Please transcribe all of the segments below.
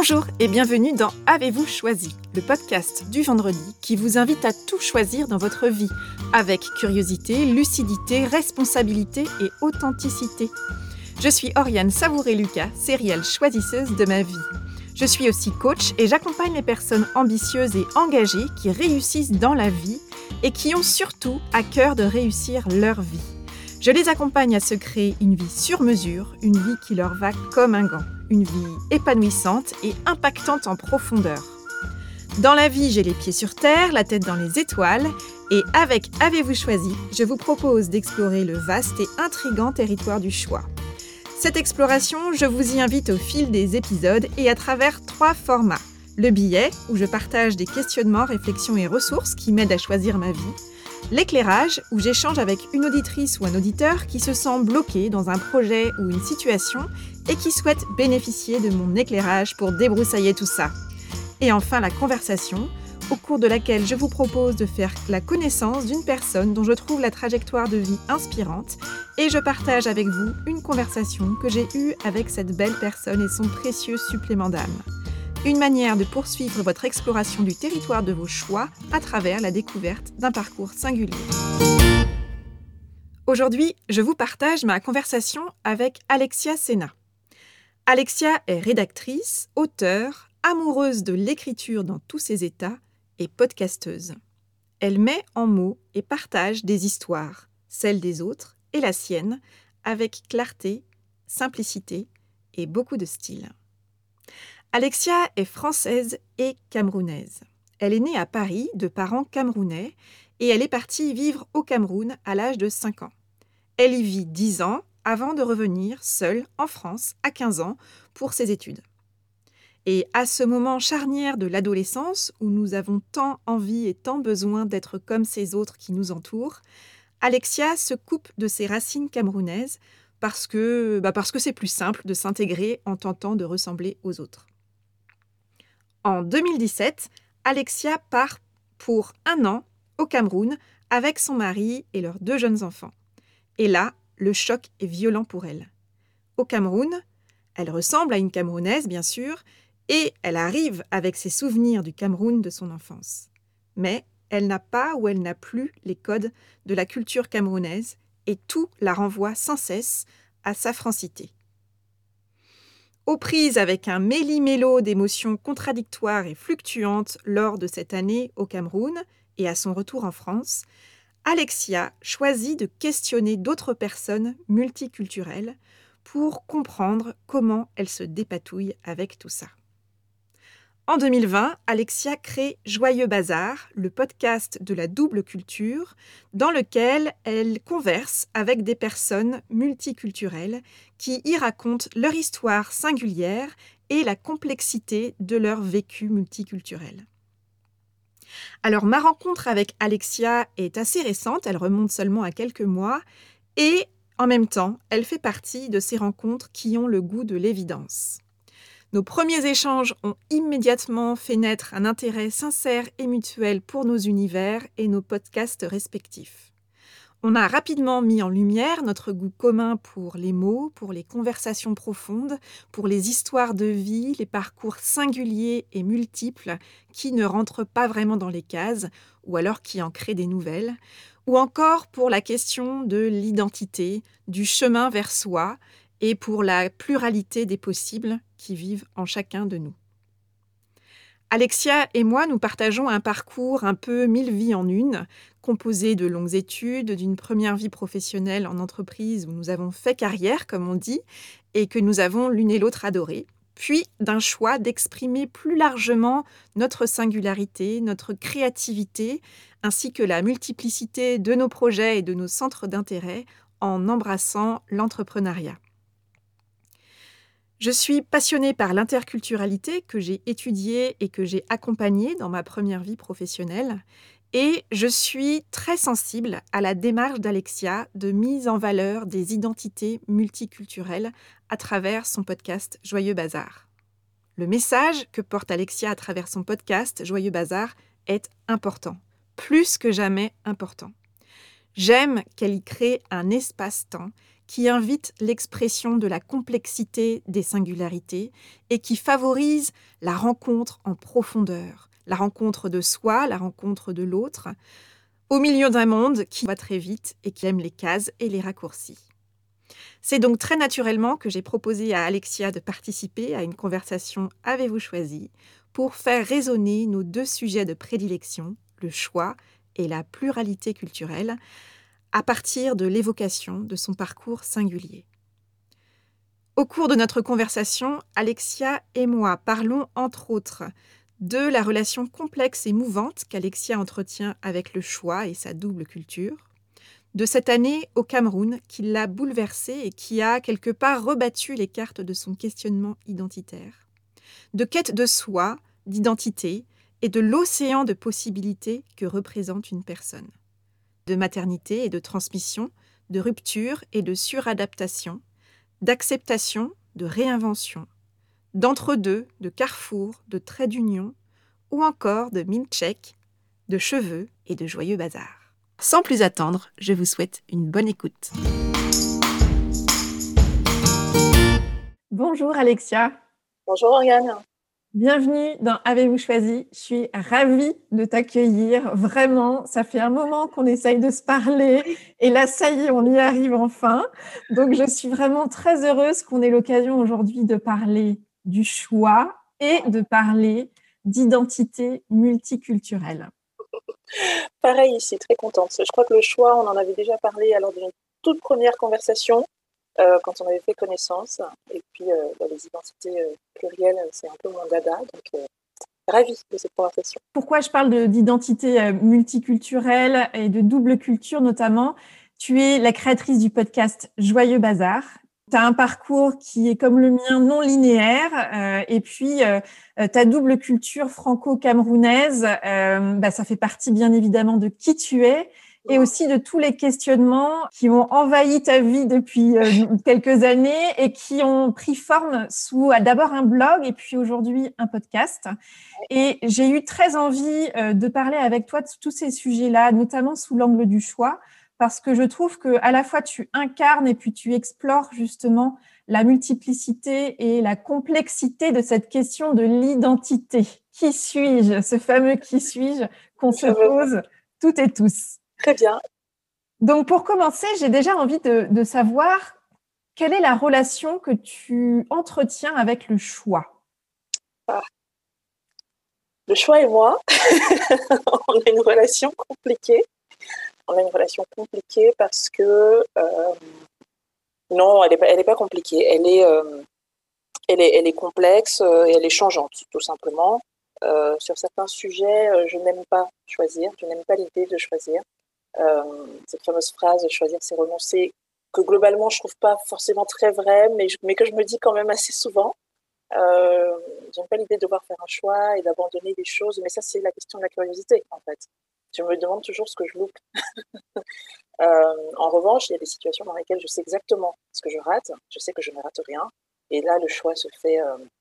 Bonjour et bienvenue dans Avez-vous choisi, le podcast du vendredi qui vous invite à tout choisir dans votre vie, avec curiosité, lucidité, responsabilité et authenticité. Je suis Oriane Savouré-Lucas, serial choisisseuse de ma vie. Je suis aussi coach et j'accompagne les personnes ambitieuses et engagées qui réussissent dans la vie et qui ont surtout à cœur de réussir leur vie. Je les accompagne à se créer une vie sur mesure, une vie qui leur va comme un gant, une vie épanouissante et impactante en profondeur. Dans la vie, j'ai les pieds sur terre, la tête dans les étoiles, et avec Avez-vous choisi, je vous propose d'explorer le vaste et intrigant territoire du choix. Cette exploration, je vous y invite au fil des épisodes et à travers 3 formats. Le billet, où je partage des questionnements, réflexions et ressources qui m'aident à choisir ma vie. L'éclairage, où j'échange avec une auditrice ou un auditeur qui se sent bloqué dans un projet ou une situation et qui souhaite bénéficier de mon éclairage pour débroussailler tout ça. Et enfin, la conversation, au cours de laquelle je vous propose de faire la connaissance d'une personne dont je trouve la trajectoire de vie inspirante et je partage avec vous une conversation que j'ai eue avec cette belle personne et son précieux supplément d'âme. Une manière de poursuivre votre exploration du territoire de vos choix à travers la découverte d'un parcours singulier. Aujourd'hui, je vous partage ma conversation avec Alexia Sena. Alexia est rédactrice, auteure, amoureuse de l'écriture dans tous ses états et podcasteuse. Elle met en mots et partage des histoires, celles des autres et la sienne, avec clarté, simplicité et beaucoup de style. Alexia est française et camerounaise. Elle est née à Paris de parents camerounais et elle est partie vivre au Cameroun à l'âge de 5 ans. Elle y vit 10 ans avant de revenir seule en France à 15 ans pour ses études. Et à ce moment charnière de l'adolescence où nous avons tant envie et tant besoin d'être comme ces autres qui nous entourent, Alexia se coupe de ses racines camerounaises parce que c'est plus simple de s'intégrer en tentant de ressembler aux autres. En 2017, Alexia part pour 1 an au Cameroun avec son mari et leurs 2 jeunes enfants. Et là, le choc est violent pour elle. Au Cameroun, elle ressemble à une Camerounaise, bien sûr, et elle arrive avec ses souvenirs du Cameroun de son enfance. Mais elle n'a pas ou elle n'a plus les codes de la culture camerounaise et tout la renvoie sans cesse à sa francité. Aux prises avec un méli-mélo d'émotions contradictoires et fluctuantes lors de cette année au Cameroun et à son retour en France, Alexia choisit de questionner d'autres personnes multiculturelles pour comprendre comment elle se dépatouille avec tout ça. En 2020, Alexia crée Joyeux Bazar, le podcast de la double culture, dans lequel elle converse avec des personnes multiculturelles qui y racontent leur histoire singulière et la complexité de leur vécu multiculturel. Alors, ma rencontre avec Alexia est assez récente, elle remonte seulement à quelques mois, et en même temps, elle fait partie de ces rencontres qui ont le goût de l'évidence. Nos premiers échanges ont immédiatement fait naître un intérêt sincère et mutuel pour nos univers et nos podcasts respectifs. On a rapidement mis en lumière notre goût commun pour les mots, pour les conversations profondes, pour les histoires de vie, les parcours singuliers et multiples qui ne rentrent pas vraiment dans les cases, ou alors qui en créent des nouvelles, ou encore pour la question de l'identité, du chemin vers soi, et pour la pluralité des possibles qui vivent en chacun de nous. Alexia et moi, nous partageons un parcours un peu 1000 vies en une, composé de longues études, d'une première vie professionnelle en entreprise où nous avons fait carrière, comme on dit, et que nous avons l'une et l'autre adoré, puis d'un choix d'exprimer plus largement notre singularité, notre créativité, ainsi que la multiplicité de nos projets et de nos centres d'intérêt en embrassant l'entrepreneuriat. Je suis passionnée par l'interculturalité que j'ai étudiée et que j'ai accompagnée dans ma première vie professionnelle et je suis très sensible à la démarche d'Alexia de mise en valeur des identités multiculturelles à travers son podcast Joyeux Bazar. Le message que porte Alexia à travers son podcast Joyeux Bazar est important, plus que jamais important. J'aime qu'elle y crée un espace-temps qui invite l'expression de la complexité des singularités et qui favorise la rencontre en profondeur, la rencontre de soi, la rencontre de l'autre, au milieu d'un monde qui va très vite et qui aime les cases et les raccourcis. C'est donc très naturellement que j'ai proposé à Alexia de participer à une conversation Avez-vous choisi pour faire résonner nos deux sujets de prédilection, le choix et la pluralité culturelle, à partir de l'évocation de son parcours singulier. Au cours de notre conversation, Alexia et moi parlons entre autres de la relation complexe et mouvante qu'Alexia entretient avec le choix et sa double culture, de cette année au Cameroun qui l'a bouleversée et qui a quelque part rebattu les cartes de son questionnement identitaire, de quête de soi, d'identité et de l'océan de possibilités que représente une personne, de maternité et de transmission, de rupture et de suradaptation, d'acceptation, de réinvention, d'entre-deux, de carrefour, de trait d'union, ou encore de milkshake, de cheveux et de joyeux bazar. Sans plus attendre, je vous souhaite une bonne écoute. Bonjour Alexia. Bonjour Oriane. Bienvenue dans Avez-vous choisi. Je suis ravie de t'accueillir. Vraiment, ça fait un moment qu'on essaye de se parler et là, ça y est, on y arrive enfin. Donc, je suis vraiment très heureuse qu'on ait l'occasion aujourd'hui de parler du choix et de parler d'identité multiculturelle. Pareil ici, très contente. Je crois que le choix, on en avait déjà parlé lors de notre toute première conversation, quand on avait fait connaissance. Et puis, les identités plurielles, c'est un peu mon dada. Donc, ravie de cette conversation. Pourquoi je parle d'identité multiculturelle et de double culture notamment? Tu es la créatrice du podcast Joyeux Bazar. Tu as un parcours qui est comme le mien, non linéaire. Et puis, ta double culture franco-camerounaise, ça fait partie bien évidemment de qui tu es et aussi de tous les questionnements qui ont envahi ta vie depuis quelques années et qui ont pris forme sous d'abord un blog et puis aujourd'hui un podcast. Et j'ai eu très envie de parler avec toi de tous ces sujets-là, notamment sous l'angle du choix, parce que je trouve que à la fois tu incarnes et puis tu explores justement la multiplicité et la complexité de cette question de l'identité. Qui suis-je? Ce fameux qui suis-je qu'on se pose toutes et tous. Très bien. Donc pour commencer, j'ai déjà envie de savoir quelle est la relation que tu entretiens avec le choix. Le choix et moi, on a une relation compliquée. On a une relation compliquée parce que non, elle est pas compliquée. Elle est complexe et elle est changeante, tout simplement. Sur certains sujets, je n'aime pas choisir. Je n'aime pas l'idée de choisir. Cette fameuse phrase choisir c'est renoncer, que globalement je trouve pas forcément très vraie, mais que je me dis quand même assez souvent. J'aime pas l'idée de devoir faire un choix et d'abandonner des choses, mais ça c'est la question de la curiosité en fait. Je me demande toujours ce que je loupe. En revanche, il y a des situations dans lesquelles je sais exactement ce que je rate, je sais que je ne rate rien, et là le choix se fait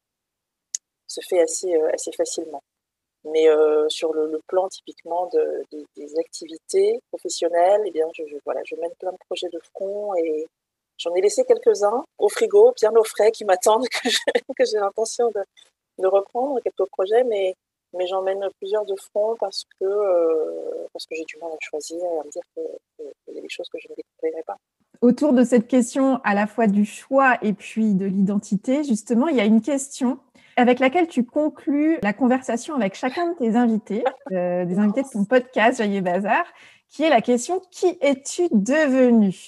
assez facilement. Mais sur le plan typiquement des activités professionnelles, eh bien, je mène plein de projets de front et j'en ai laissé quelques-uns au frigo, bien au frais, qui m'attendent, que j'ai l'intention de reprendre quelques projets, mais j'en mène plusieurs de front parce que j'ai du mal à choisir et à me dire qu'il y a des choses que je ne découvrirai pas. Autour de cette question à la fois du choix et puis de l'identité, justement, il y a une question avec laquelle tu conclus la conversation avec chacun de tes invités, des invités de ton podcast Joyeux Bazar, qui est la question « Qui es-tu devenu ?»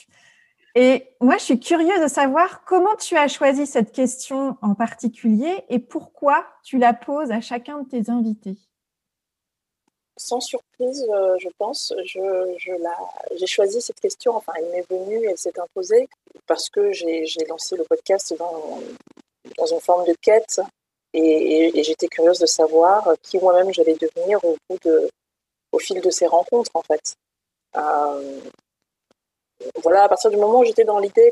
Et moi, je suis curieuse de savoir comment tu as choisi cette question en particulier et pourquoi tu la poses à chacun de tes invités. Sans surprise, je pense, j'ai choisi cette question, enfin elle m'est venue, elle s'est imposée, parce que j'ai lancé le podcast dans une forme de quête et j'étais curieuse de savoir qui moi-même j'allais devenir au fil de ces rencontres en fait. Voilà, à partir du moment où j'étais dans l'idée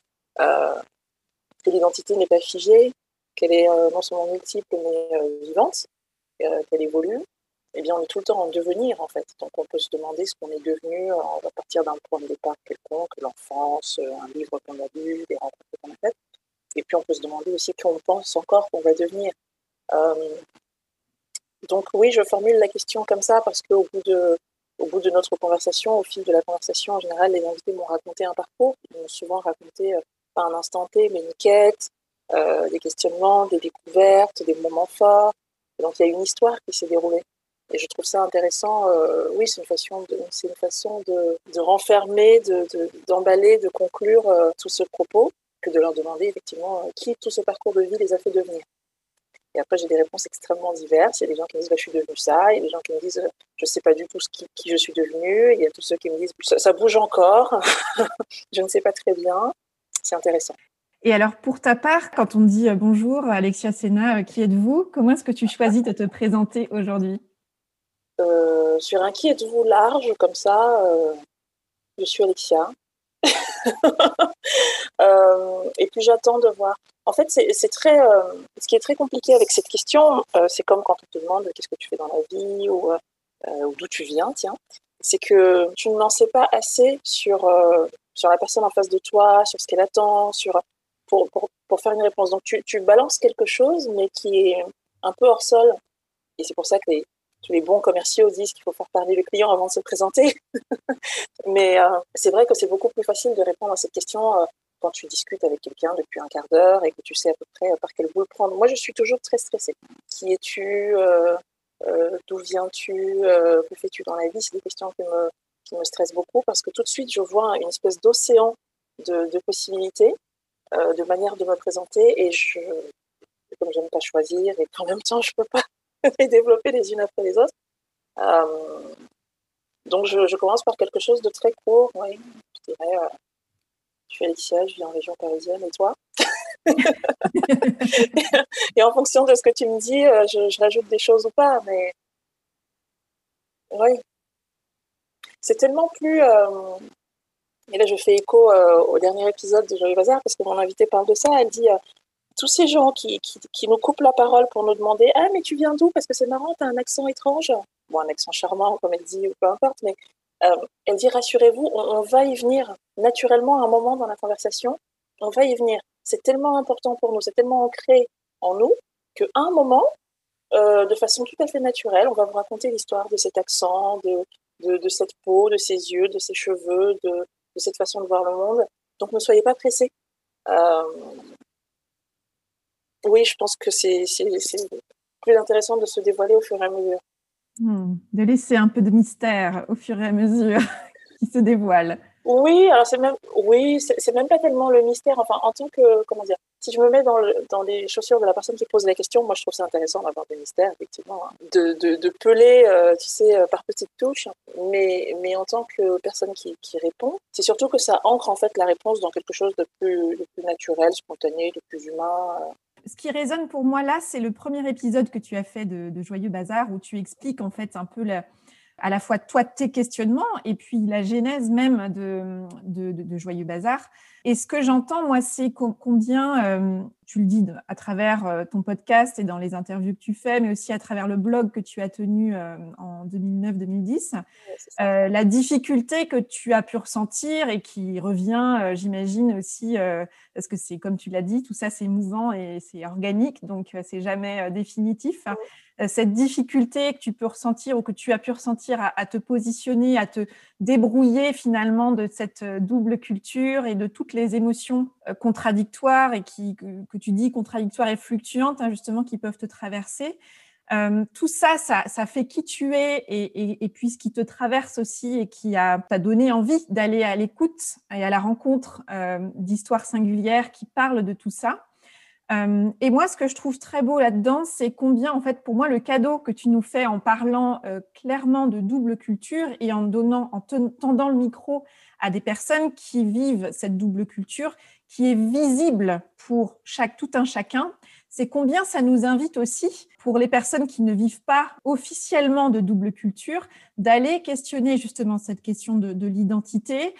que l'identité n'est pas figée, qu'elle est non seulement multiple mais vivante, qu'elle évolue, eh bien, on est tout le temps en devenir, en fait. Donc, on peut se demander ce qu'on est devenu. On va partir d'un point de départ quelconque, l'enfance, un livre qu'on a lu, des rencontres qu'on a faites. Et puis, on peut se demander aussi qui on pense encore qu'on va devenir. Donc, oui, je formule la question comme ça parce qu'au bout de notre conversation, au fil de la conversation, en général, les invités m'ont raconté un parcours. Ils m'ont souvent raconté, pas un instant T, mais une quête, des questionnements, des découvertes, des moments forts. Et donc, il y a une histoire qui s'est déroulée. Et je trouve ça intéressant. Oui, c'est une façon de renfermer, d'emballer, de conclure tout ce propos, que de leur demander effectivement qui tout ce parcours de vie les a fait devenir. Et après, j'ai des réponses extrêmement diverses. Il y a des gens qui me disent je suis devenue ça. Il y a des gens qui me disent je ne sais pas du tout qui je suis devenue. Il y a tous ceux qui me disent ça bouge encore. Je ne sais pas très bien. C'est intéressant. Et alors, pour ta part, quand on dit bonjour, Alexia Sena, qui êtes-vous? Comment est-ce que tu choisis de te présenter aujourd'hui? Sur un qui êtes-vous large, comme ça, je suis Alexia. Et puis j'attends de voir. En fait, c'est très, ce qui est très compliqué avec cette question, c'est comme quand on te demande qu'est-ce que tu fais dans la vie ou d'où tu viens, tiens. C'est que tu n'en sais pas assez sur la personne en face de toi, sur ce qu'elle attend, pour faire une réponse. Donc tu balances quelque chose, mais qui est un peu hors sol. Et c'est pour ça que tous les bons commerciaux disent qu'il faut faire parler le client avant de se présenter. Mais c'est vrai que c'est beaucoup plus facile de répondre à cette question quand tu discutes avec quelqu'un depuis un quart d'heure et que tu sais à peu près par quel bout le prendre. Moi, je suis toujours très stressée. Qui es-tu? D'où viens-tu? Que fais-tu dans la vie? C'est des questions qui me stressent beaucoup parce que tout de suite, je vois une espèce d'océan de possibilités, de manières de me présenter et comme j'aime pas choisir et qu'en même temps, je peux pas les développer les unes après les autres. Donc, je commence par quelque chose de très court. Oui, je dirais, je suis Alexia, je vis en région parisienne, et toi? Et en fonction de ce que tu me dis, je rajoute des choses ou pas, mais oui. C'est tellement plus... et là, je fais écho au dernier épisode de Joyeux Bazar, parce que mon invitée parle de ça, elle dit... tous ces gens qui nous coupent la parole pour nous demander « Ah, mais tu viens d'où? Parce que c'est marrant, tu as un accent étrange. » Bon, un accent charmant, comme elle dit, ou peu importe, mais elle dit « Rassurez-vous, on va y venir naturellement à un moment dans la conversation. On va y venir. C'est tellement important pour nous, c'est tellement ancré en nous qu'à un moment, de façon tout à fait naturelle, on va vous raconter l'histoire de cet accent, de cette peau, de ces yeux, de ces cheveux, de cette façon de voir le monde. Donc, ne soyez pas pressés. » Oui, je pense que c'est plus intéressant de se dévoiler au fur et à mesure. De laisser un peu de mystère au fur et à mesure qui se dévoile. Oui, alors c'est même pas tellement le mystère. Enfin, en tant que, comment dire, si je me mets dans les chaussures de la personne qui pose la question, moi je trouve ça intéressant d'avoir des mystères, effectivement, hein. De peler, tu sais, par petites touches. Mais en tant que personne qui répond, c'est surtout que ça ancre en fait la réponse dans quelque chose de plus naturel, spontané, de plus humain. Ce qui résonne pour moi là, c'est le premier épisode que tu as fait de Joyeux Bazar où tu expliques en fait un peu à la fois toi tes questionnements et puis la genèse même de Joyeux Bazar. Et ce que j'entends moi, c'est combien tu le dis à travers ton podcast et dans les interviews que tu fais, mais aussi à travers le blog que tu as tenu en 2009-2010. La difficulté que tu as pu ressentir et qui revient, j'imagine aussi, parce que c'est comme tu l'as dit, tout ça c'est mouvant et c'est organique, donc c'est jamais définitif. Cette difficulté que tu peux ressentir ou que tu as pu ressentir à te positionner, à te débrouiller finalement de cette double culture et de toutes les émotions contradictoires et que tu dis contradictoires et fluctuantes, hein, justement, qui peuvent te traverser. Tout ça fait qui tu es et puis ce qui te traverse aussi et qui t'a donné envie d'aller à l'écoute et à la rencontre d'histoires singulières qui parlent de tout ça. Et moi, ce que je trouve très beau là-dedans, c'est combien, en fait, pour moi, le cadeau que tu nous fais en parlant clairement de double culture et en tendant le micro à des personnes qui vivent cette double culture, qui est visible pour tout un chacun, c'est combien ça nous invite aussi, pour les personnes qui ne vivent pas officiellement de double culture, d'aller questionner justement cette question de l'identité.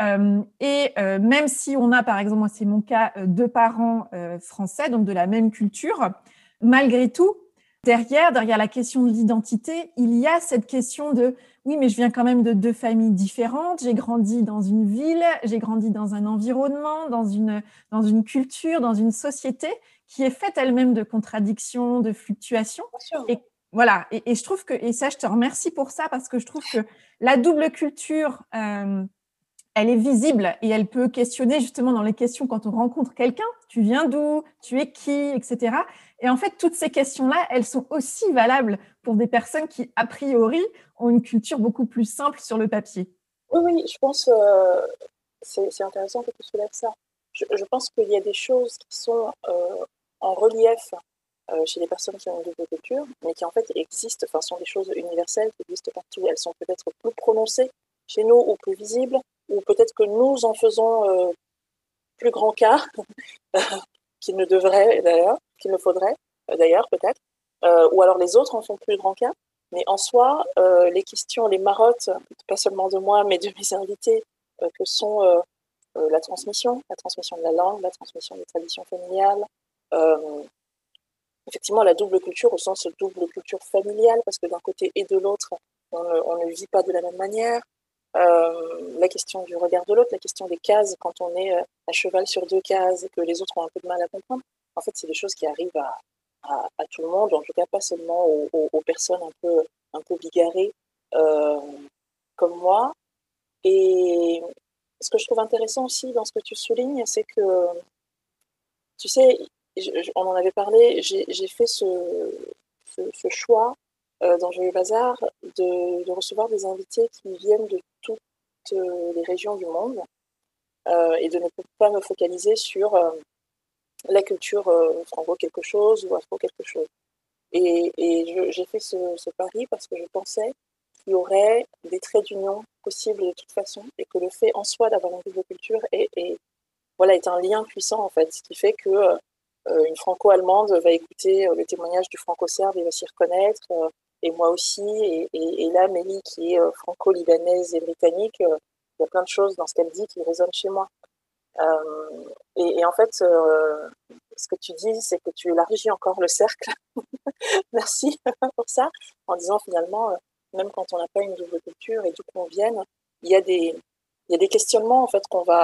Même si on a, par exemple, moi c'est mon cas, deux parents français, donc de la même culture, malgré tout, derrière la question de l'identité, il y a cette question de oui, mais je viens quand même de 2 familles différentes, j'ai grandi dans une ville, j'ai grandi dans un environnement, dans une culture, dans une société qui est faite elle-même de contradictions, de fluctuations. Bien sûr. Et voilà, et je trouve que, et ça, je te remercie pour ça, parce que je trouve que la double culture, elle est visible et elle peut questionner justement dans les questions quand on rencontre quelqu'un. Tu viens d'où? Tu es qui? Etc. Et en fait, toutes ces questions-là, elles sont aussi valables pour des personnes qui, a priori, ont une culture beaucoup plus simple sur le papier. Oui, oui, je pense c'est intéressant que tu soulèves ça. Je pense qu'il y a des choses qui sont en relief chez les personnes qui ont une double culture, mais qui en fait existent, enfin sont des choses universelles qui existent partout. Elles sont peut-être plus prononcées chez nous ou plus visibles, ou peut-être que nous en faisons plus grand cas qu'il ne devrait d'ailleurs, qu'il ne faudrait d'ailleurs peut-être, ou alors les autres en font plus grand cas. Mais en soi, les questions, les marottes, pas seulement de moi, mais de mes invités, que sont la transmission de la langue, la transmission des traditions familiales, euh, effectivement la double culture au sens double culture familiale, parce que d'un côté et de l'autre, on ne vit pas de la même manière. La question du regard de l'autre, la question des cases, quand on est à cheval sur 2 cases et que les autres ont un peu de mal à comprendre, en fait, c'est des choses qui arrivent à tout le monde, en tout cas pas seulement aux personnes un peu bigarrées euh, comme moi. Et ce que je trouve intéressant aussi dans ce que tu soulignes, c'est que, tu sais, on en avait parlé, j'ai fait ce choix dans Joyeux Bazar de recevoir des invités qui viennent de toutes les régions du monde et de ne pas me focaliser sur la culture franco quelque chose ou afro quelque chose. Et j'ai fait ce pari parce que je pensais qu'il y aurait des traits d'union possibles de toute façon et que le fait en soi d'avoir une double culture voilà, est un lien puissant en fait, ce qui fait que une franco-allemande va écouter le témoignage du franco-serbe et va s'y reconnaître, et moi aussi, et là, Mélie qui est franco-libanaise et britannique, il y a plein de choses dans ce qu'elle dit qui résonnent chez moi. Et en fait, ce que tu dis, c'est que tu élargis encore le cercle. Merci pour ça, en disant finalement, même quand on n'a pas une double culture et d'où qu'on vienne, il y a des, il y a des questionnements en fait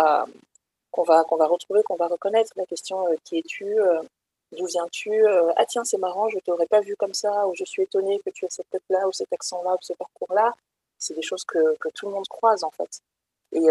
qu'on va retrouver, qu'on va reconnaître. La question qui es-tu, d'où viens-tu, ah tiens c'est marrant, je t'aurais pas vu comme ça, ou je suis étonnée que tu aies cette tête-là, ou cet accent-là, ou ce parcours-là. C'est des choses que tout le monde croise en fait. Et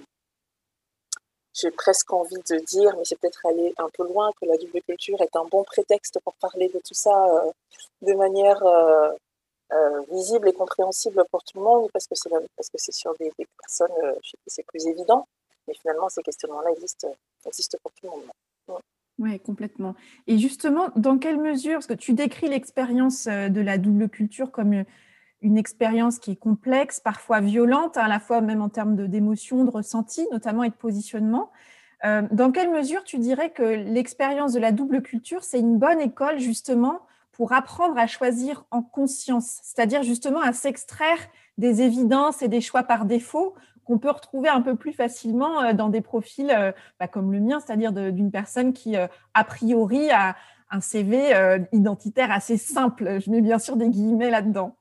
j'ai presque envie de dire, mais c'est peut-être aller un peu loin, que la double culture est un bon prétexte pour parler de tout ça de manière visible et compréhensible pour tout le monde, parce que c'est sur des personnes chez qui c'est plus évident. Mais finalement, ces questionnements-là existent pour tout le monde. Oui, complètement. Et justement, dans quelle mesure, parce que tu décris l'expérience de la double culture comme une expérience qui est complexe, parfois violente, à la fois même en termes d'émotions, de ressenti, notamment et de positionnement. Dans quelle mesure tu dirais que l'expérience de la double culture, c'est une bonne école justement pour apprendre à choisir en conscience, c'est-à-dire justement à s'extraire des évidences et des choix par défaut qu'on peut retrouver un peu plus facilement dans des profils comme le mien, c'est-à-dire d'une personne qui, a priori, a un CV identitaire assez simple. Je mets bien sûr des guillemets là-dedans.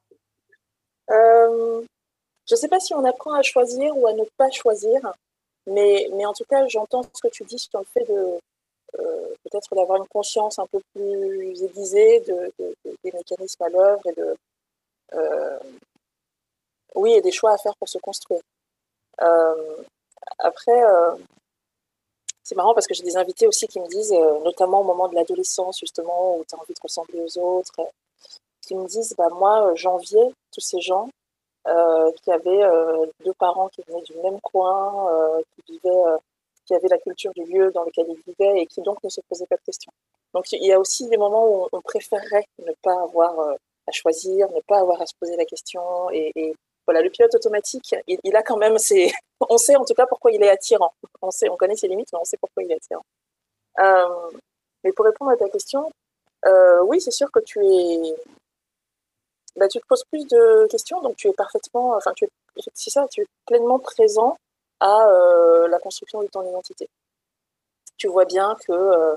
Je ne sais pas si on apprend à choisir ou à ne pas choisir, mais en tout cas, j'entends ce que tu dis sur le fait de peut-être d'avoir une conscience un peu plus aiguisée des mécanismes à l'œuvre euh, oui, et des choix à faire pour se construire. Euh, après, c'est marrant parce que j'ai des invités aussi qui me disent, notamment au moment de l'adolescence, justement, où tu as envie de ressembler aux autres, qui me disent, bah, moi, j'enviais tous ces gens qui avaient 2 parents qui venaient du même coin, qui avaient la culture du lieu dans lequel ils vivaient et qui donc ne se posaient pas de questions. Donc il y a aussi des moments où on préférerait ne pas avoir à choisir, ne pas avoir à se poser la question. Et voilà, le pilote automatique, il a quand même ses... On sait en tout cas pourquoi il est attirant. On connaît ses limites, mais on sait pourquoi il est attirant. Euh, mais pour répondre à ta question, oui, c'est sûr que tu te poses plus de questions, donc tu es parfaitement, enfin, c'est ça, tu es pleinement présent à la construction de ton identité. Tu vois bien que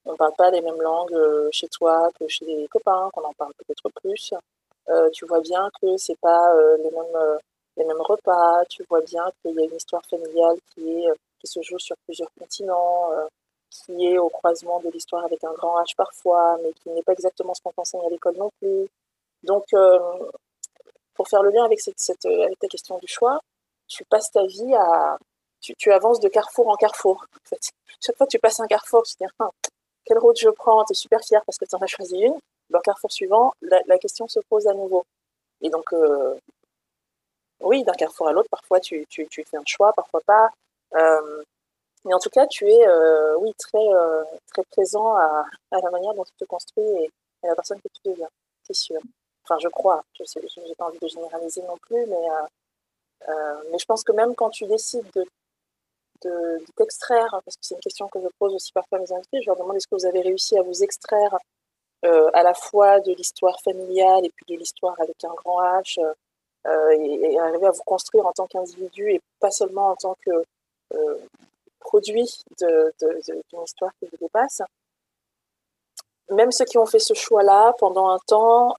on ne parle pas les mêmes langues chez toi que chez les copains, qu'on en parle peut-être plus. Tu vois bien que c'est pas les mêmes repas. Tu vois bien qu'il y a une histoire familiale qui se joue sur plusieurs continents, qui est au croisement de l'histoire avec un grand H parfois, mais qui n'est pas exactement ce qu'on t'enseigne à l'école non plus. Donc, pour faire le lien avec, avec ta question du choix, tu passes ta vie à... Tu avances de carrefour en carrefour. En fait. Chaque fois que tu passes un carrefour, tu te dis, quelle route je prends? Tu es super fier parce que tu en as choisi une. Dans le carrefour suivant, la question se pose à nouveau. Et donc, oui, d'un carrefour à l'autre, parfois tu fais un choix, parfois pas. Mais en tout cas, tu es oui, très présent à la manière dont tu te construis et à la personne que tu deviens, c'est sûr. Enfin, je crois. Je n'ai pas envie de généraliser non plus, mais je pense que même quand tu décides de t'extraire, parce que c'est une question que je pose aussi parfois à mes invités, je leur demande est-ce que vous avez réussi à vous extraire à la fois de l'histoire familiale et puis de l'histoire avec un grand H, et arriver à vous construire en tant qu'individu et pas seulement en tant que produit d'une histoire qui vous dépasse. Même ceux qui ont fait ce choix-là pendant un temps,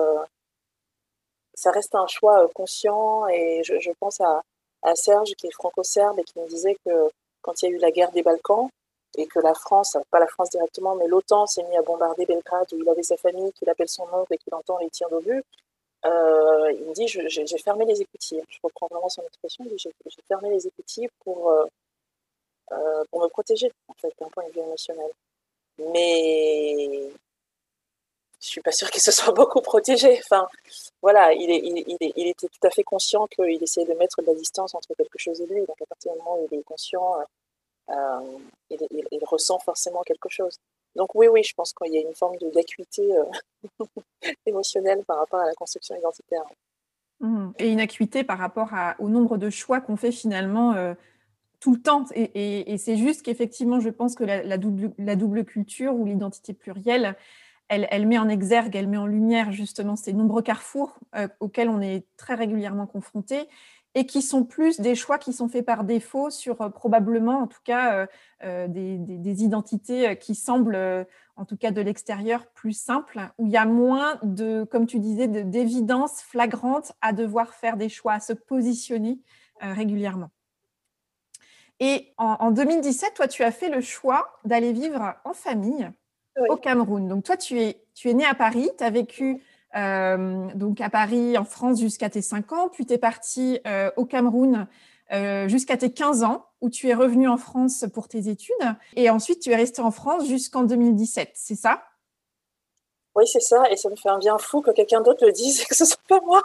ça reste un choix conscient. Et je pense à Serge, qui est franco-serbe, et qui me disait que quand il y a eu la guerre des Balkans, et que la France, pas la France directement, mais l'OTAN s'est mis à bombarder Belgrade, où il avait sa famille, qu'il appelle son oncle et qu'il entend les tirs d'obus, il me dit j'ai fermé les écoutilles. Je reprends vraiment son expression, j'ai fermé les écoutilles pour me protéger, en fait, d'un point de vue émotionnel. Mais je suis pas sûre qu'il se soit beaucoup protégé. Enfin, voilà, il était tout à fait conscient qu'il essayait de mettre de la distance entre quelque chose et lui. Donc, à partir du moment où il est conscient, il ressent forcément quelque chose. Donc, oui, je pense qu'il y a une forme d'acuité émotionnelle par rapport à la construction identitaire. Et une acuité par rapport au nombre de choix qu'on fait finalement tout le temps. Et c'est juste qu'effectivement, je pense que la double culture ou l'identité plurielle, elle met en exergue, elle met en lumière justement ces nombreux carrefours auxquels on est très régulièrement confronté et qui sont plus des choix qui sont faits par défaut sur probablement, en tout cas, des identités qui semblent, en tout cas de l'extérieur, plus simples, où il y a moins de, comme tu disais, d'évidence flagrante à devoir faire des choix, à se positionner régulièrement. Et en 2017, toi, tu as fait le choix d'aller vivre en famille au Cameroun. Donc, toi, tu es né à Paris, tu as vécu donc à Paris, en France, jusqu'à tes 5 ans, puis tu es parti au Cameroun jusqu'à tes 15 ans, où tu es revenu en France pour tes études. Et ensuite, tu es resté en France jusqu'en 2017, c'est ça? Oui, c'est ça. Et ça me fait un bien fou que quelqu'un d'autre le dise et que ce soit pas moi.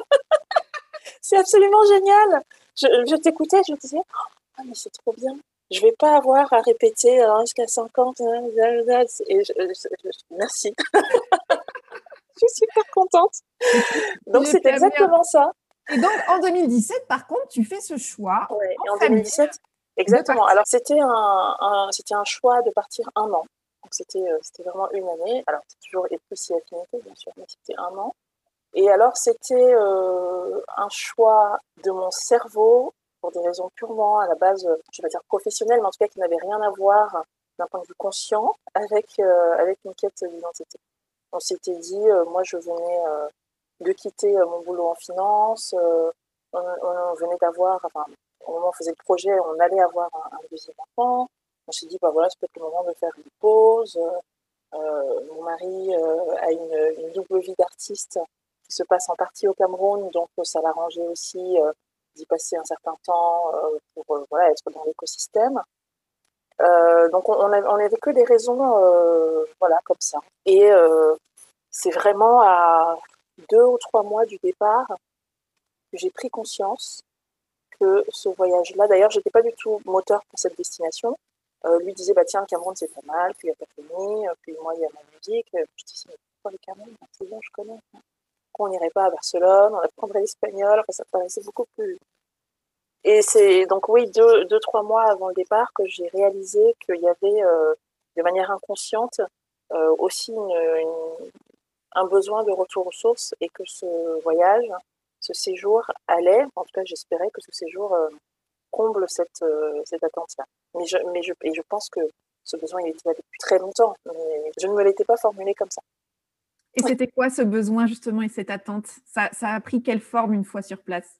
C'est absolument génial. Je t'écoutais, je me disais, mais c'est trop bien. Je vais pas avoir à répéter alors jusqu'à 50. Et merci. Je suis super contente. Donc, c'est exactement ça. Et donc, en 2017, par contre, tu fais ce choix en 2017, exactement. Alors, c'était un choix de partir un an. Donc, c'était vraiment une année. Alors, c'est toujours plus si affinité, bien sûr, mais c'était un an. Et alors, c'était un choix de mon cerveau pour des raisons purement, à la base, je vais dire professionnelles, mais en tout cas qui n'avaient rien à voir d'un point de vue conscient avec une quête d'identité. On s'était dit, moi, je venais de quitter mon boulot en finance. On venait d'avoir, enfin, au moment où on faisait le projet, on allait avoir un deuxième enfant. On s'est dit, bah voilà, c'est peut-être le moment de faire une pause. Mon mari a une double vie d'artiste qui se passe en partie au Cameroun, donc ça l'arrangeait aussi d'y passer un certain temps pour voilà, être dans l'écosystème. Donc on n'avait que des raisons voilà, comme ça. Et c'est vraiment à 2 ou 3 mois du départ que j'ai pris conscience que ce voyage-là, d'ailleurs, je n'étais pas du tout moteur pour cette destination. Lui disait, bah tiens, le Cameroun, c'est pas mal, puis il y a Papini, puis moi, il y a ma musique. Je disais, mais pourquoi le Cameroun? C'est bon, je connais. Pourquoi on n'irait pas à Barcelone, on apprendrait l'espagnol, enfin, ça paraissait beaucoup plus... Et c'est donc, oui, 2, 3 mois avant le départ que j'ai réalisé qu'il y avait, de manière inconsciente, aussi un besoin de retour aux sources et que ce voyage, ce séjour allait, en tout cas j'espérais que ce séjour comble cette attente-là. Et je pense que Ce besoin, il était là depuis très longtemps, mais je ne me l'étais pas formulé comme ça. Et c'était quoi ce besoin justement et cette attente? Ça a pris quelle forme une fois sur place?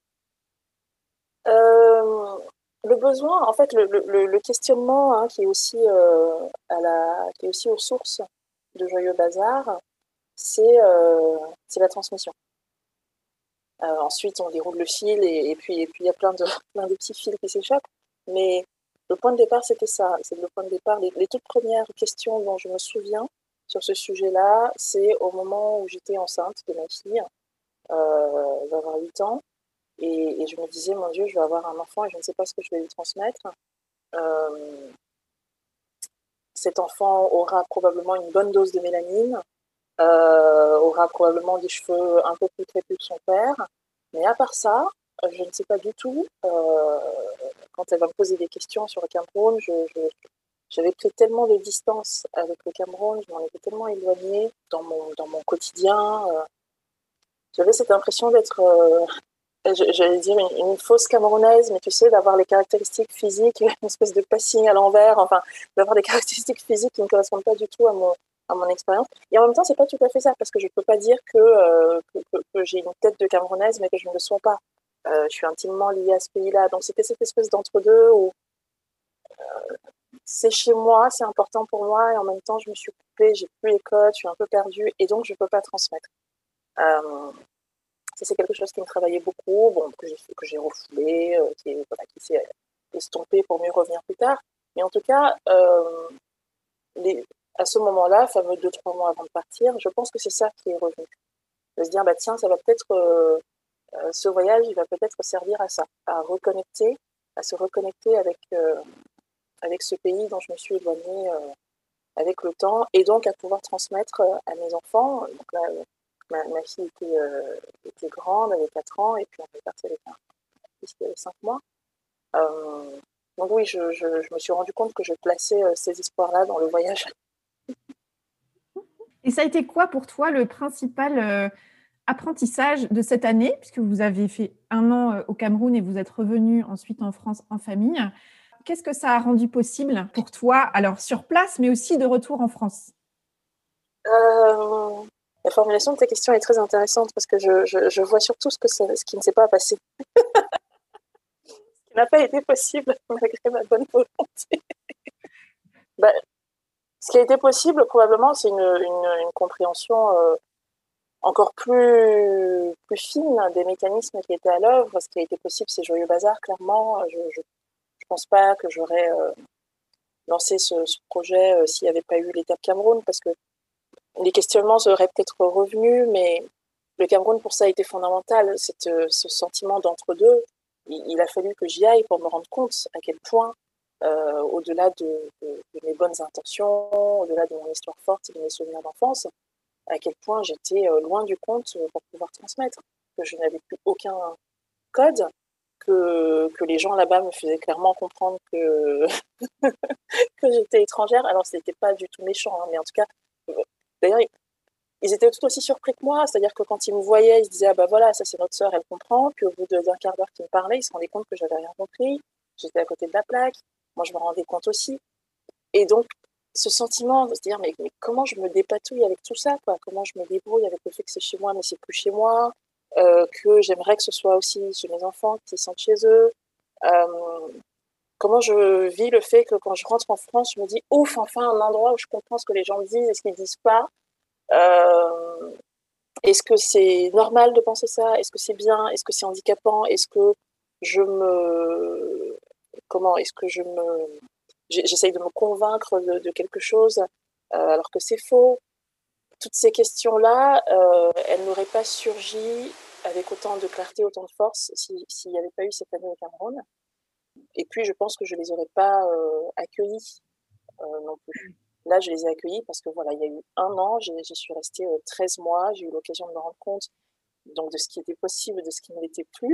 Le besoin, en fait, le questionnement, hein, qui est aussi qui est aussi aux sources de Joyeux Bazar, c'est la transmission. Ensuite, on déroule le fil et puis il y a plein de petits fils qui s'échappent. Mais le point de départ, c'était ça. C'est le point de départ. Les toutes premières questions dont je me souviens sur ce sujet-là, c'est au moment où j'étais enceinte de ma fille, d'avoir 8 ans. Et je me disais, mon Dieu, je vais avoir un enfant et je ne sais pas ce que je vais lui transmettre. Euh, Cet enfant aura probablement une bonne dose de mélanine, aura probablement des cheveux un peu plus crépus que son père. Mais à part ça, je ne sais pas du tout. Quand elle va me poser des questions sur le Cameroun, j'avais pris tellement de distance avec le Cameroun, je m'en étais tellement éloignée dans mon quotidien. J'avais cette impression d'être, j'allais dire, une fausse camerounaise, mais tu sais, d'avoir les caractéristiques physiques, une espèce de passing à l'envers, enfin, d'avoir des caractéristiques physiques qui ne correspondent pas du tout à mon expérience. Et en même temps, c'est pas tout à fait ça, parce que je peux pas dire que j'ai une tête de camerounaise, mais que je ne le sois pas. Je suis intimement liée à ce pays-là. Donc, c'était cette espèce d'entre-deux où c'est chez moi, c'est important pour moi, et en même temps, je me suis coupée, j'ai plus les codes, je suis un peu perdue, et donc, je peux pas transmettre. Euh, Ça, c'est quelque chose qui me travaillait beaucoup, bon, que j'ai refoulé, voilà, qui s'est estompé pour mieux revenir plus tard. Mais en tout cas, à ce moment-là, fameux 2-3 mois avant de partir, je pense que c'est ça qui est revenu. De se dire, bah, tiens, ça va peut-être, ce voyage, il va peut-être servir à ça, à se reconnecter avec ce pays dont je me suis éloignée avec le temps, et donc à pouvoir transmettre à mes enfants. Donc là, ma fille était grande, avait 4 ans, et puis on est parti avec un fils qui avait 5 mois. Euh, donc oui, je me suis rendu compte que je plaçais ces espoirs-là dans le voyage. Et ça a été quoi pour toi le principal apprentissage de cette année, puisque vous avez fait 1 an au Cameroun et vous êtes revenu ensuite en France en famille? Qu'est-ce que ça a rendu possible pour toi, alors sur place, mais aussi de retour en France? Euh, la formulation de ta question est très intéressante parce que je vois surtout ce qui ne s'est pas passé, ce qui n'a pas été possible malgré ma bonne volonté. Bah, ce qui a été possible, probablement, c'est une compréhension encore plus fine des mécanismes qui étaient à l'œuvre. Ce qui a été possible, c'est Joyeux Bazar, clairement. Je pense pas que j'aurais lancé ce projet s'il n'y avait pas eu l'étape Cameroun, parce que les questionnements seraient peut-être revenus, mais le Cameroun, pour ça, a été fondamental. Ce sentiment d'entre-deux, il a fallu que j'y aille pour me rendre compte à quel point, au-delà de mes bonnes intentions, au-delà de mon histoire forte et de mes souvenirs d'enfance, à quel point j'étais loin du compte pour pouvoir transmettre, que je n'avais plus aucun code, que les gens là-bas me faisaient clairement comprendre que j'étais étrangère. Alors, ce n'était pas du tout méchant, hein, mais en tout cas, d'ailleurs, ils étaient tout aussi surpris que moi, c'est-à-dire que quand ils me voyaient, ils se disaient, ah bah voilà, ça c'est notre sœur, elle comprend. Puis au bout d'un quart d'heure qu'ils me parlaient, ils se rendaient compte que j'avais rien compris, j'étais à côté de la plaque, moi je me rendais compte aussi. Et donc, ce sentiment de se dire, mais comment je me dépatouille avec tout ça, quoi? Comment je me débrouille avec le fait que c'est chez moi, mais c'est plus chez moi, que j'aimerais que ce soit aussi chez mes enfants, qu'ils se sentent chez eux. Euh, Comment je vis le fait que quand je rentre en France, je me dis, ouf, enfin un endroit où je comprends ce que les gens disent et ce qu'ils disent pas. Euh, Est-ce que c'est normal de penser ça? Est-ce que c'est bien? Est-ce que c'est handicapant? Est-ce que je me... Comment? Est-ce que j'essaye de me convaincre de quelque chose alors que c'est faux? Toutes ces questions-là, elles n'auraient pas surgi avec autant de clarté, autant de force s'il n'y avait pas eu cette année au Cameroun. Et puis, je pense que je les aurais pas accueillies non plus. Là, je les ai accueillis parce que voilà, il y a eu 1 an, j'y suis restée 13 mois, j'ai eu l'occasion de me rendre compte donc de ce qui était possible, de ce qui ne l'était plus,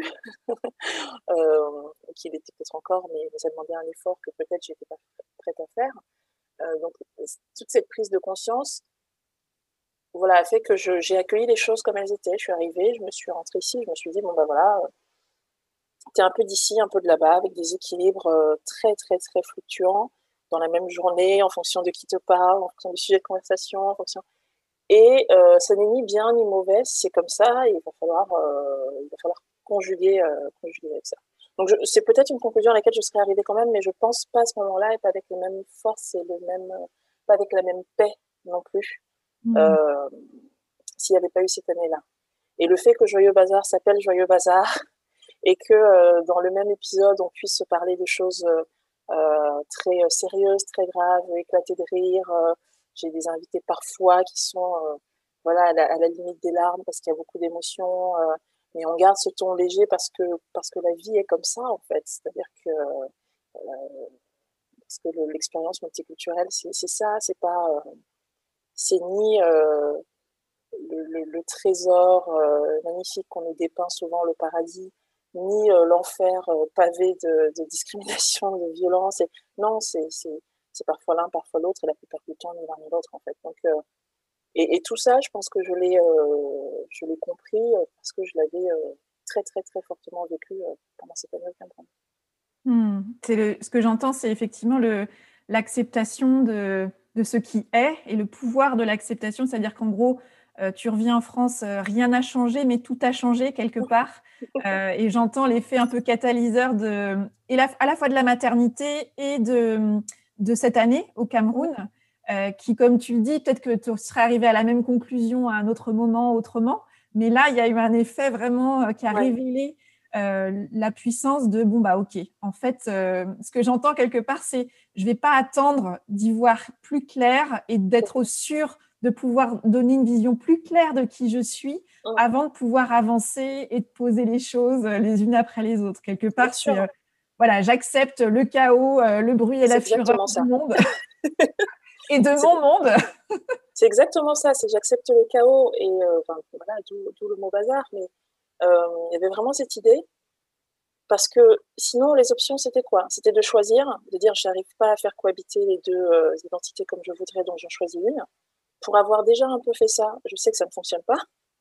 qui l'était peut-être encore, mais ça demandait un effort que peut-être j'étais pas prête à faire. Donc toute cette prise de conscience, voilà, a fait que j'ai accueilli les choses comme elles étaient. Je suis arrivée, je me suis rentrée ici, je me suis dit bon bah voilà, t'es un peu d'ici, un peu de là-bas, avec des équilibres très très très fluctuants. dans la même journée, en fonction de qui te parle, en fonction du sujet de conversation, en fonction... Et ça n'est ni bien ni mauvais, c'est comme ça, et il va falloir conjuguer avec ça. Donc c'est peut-être une conclusion à laquelle je serais arrivée quand même, mais je pense pas à ce moment-là, et pas avec les mêmes forces et pas avec la même paix non plus, s'il n'y avait pas eu cette année-là. Et le fait que Joyeux Bazar s'appelle Joyeux Bazar, et que dans le même épisode, on puisse se parler de choses très sérieuses, très graves, éclater de rire. J'ai des invités parfois qui sont voilà, à la limite des larmes parce qu'il y a beaucoup d'émotions, mais on garde ce ton léger parce que la vie est comme ça, en fait. C'est-à-dire que, parce que l'expérience multiculturelle, c'est ça, c'est pas, c'est ni le trésor magnifique qu'on nous dépeint souvent, le paradis, ni l'enfer pavé de discrimination, de violence. Et non, c'est parfois l'un, parfois l'autre, et la plupart du temps, ni l'un ni l'autre, en fait. Donc, et tout ça, je pense que je l'ai compris parce que je l'avais très, très, très fortement vécu pendant cette année au Cameroun. Ce que j'entends, c'est effectivement l'acceptation de ce qui est et le pouvoir de l'acceptation. C'est-à-dire qu'en gros, tu reviens en France, rien n'a changé, mais tout a changé quelque part. Et j'entends l'effet un peu catalyseur à la fois de la maternité et de cette année au Cameroun, qui, comme tu le dis, peut-être que tu serais arrivé à la même conclusion à un autre moment, autrement. Mais là, il y a eu un effet vraiment qui a révélé la puissance de bon bah ok, en fait ce que j'entends quelque part, c'est je vais pas attendre d'y voir plus clair et d'être sûr de pouvoir donner une vision plus claire de qui je suis avant de pouvoir avancer et de poser les choses les unes après les autres. Quelque part, c'est voilà, j'accepte le chaos, le bruit et la fureur du monde et de mon monde. C'est exactement ça, c'est j'accepte le chaos et voilà, d'où le mot bazar, mais il y avait vraiment cette idée, parce que sinon les options c'était quoi? C'était de choisir, de dire j'arrive pas à faire cohabiter les deux identités comme je voudrais, donc j'en choisis une. Pour avoir déjà un peu fait ça, je sais que ça ne fonctionne pas.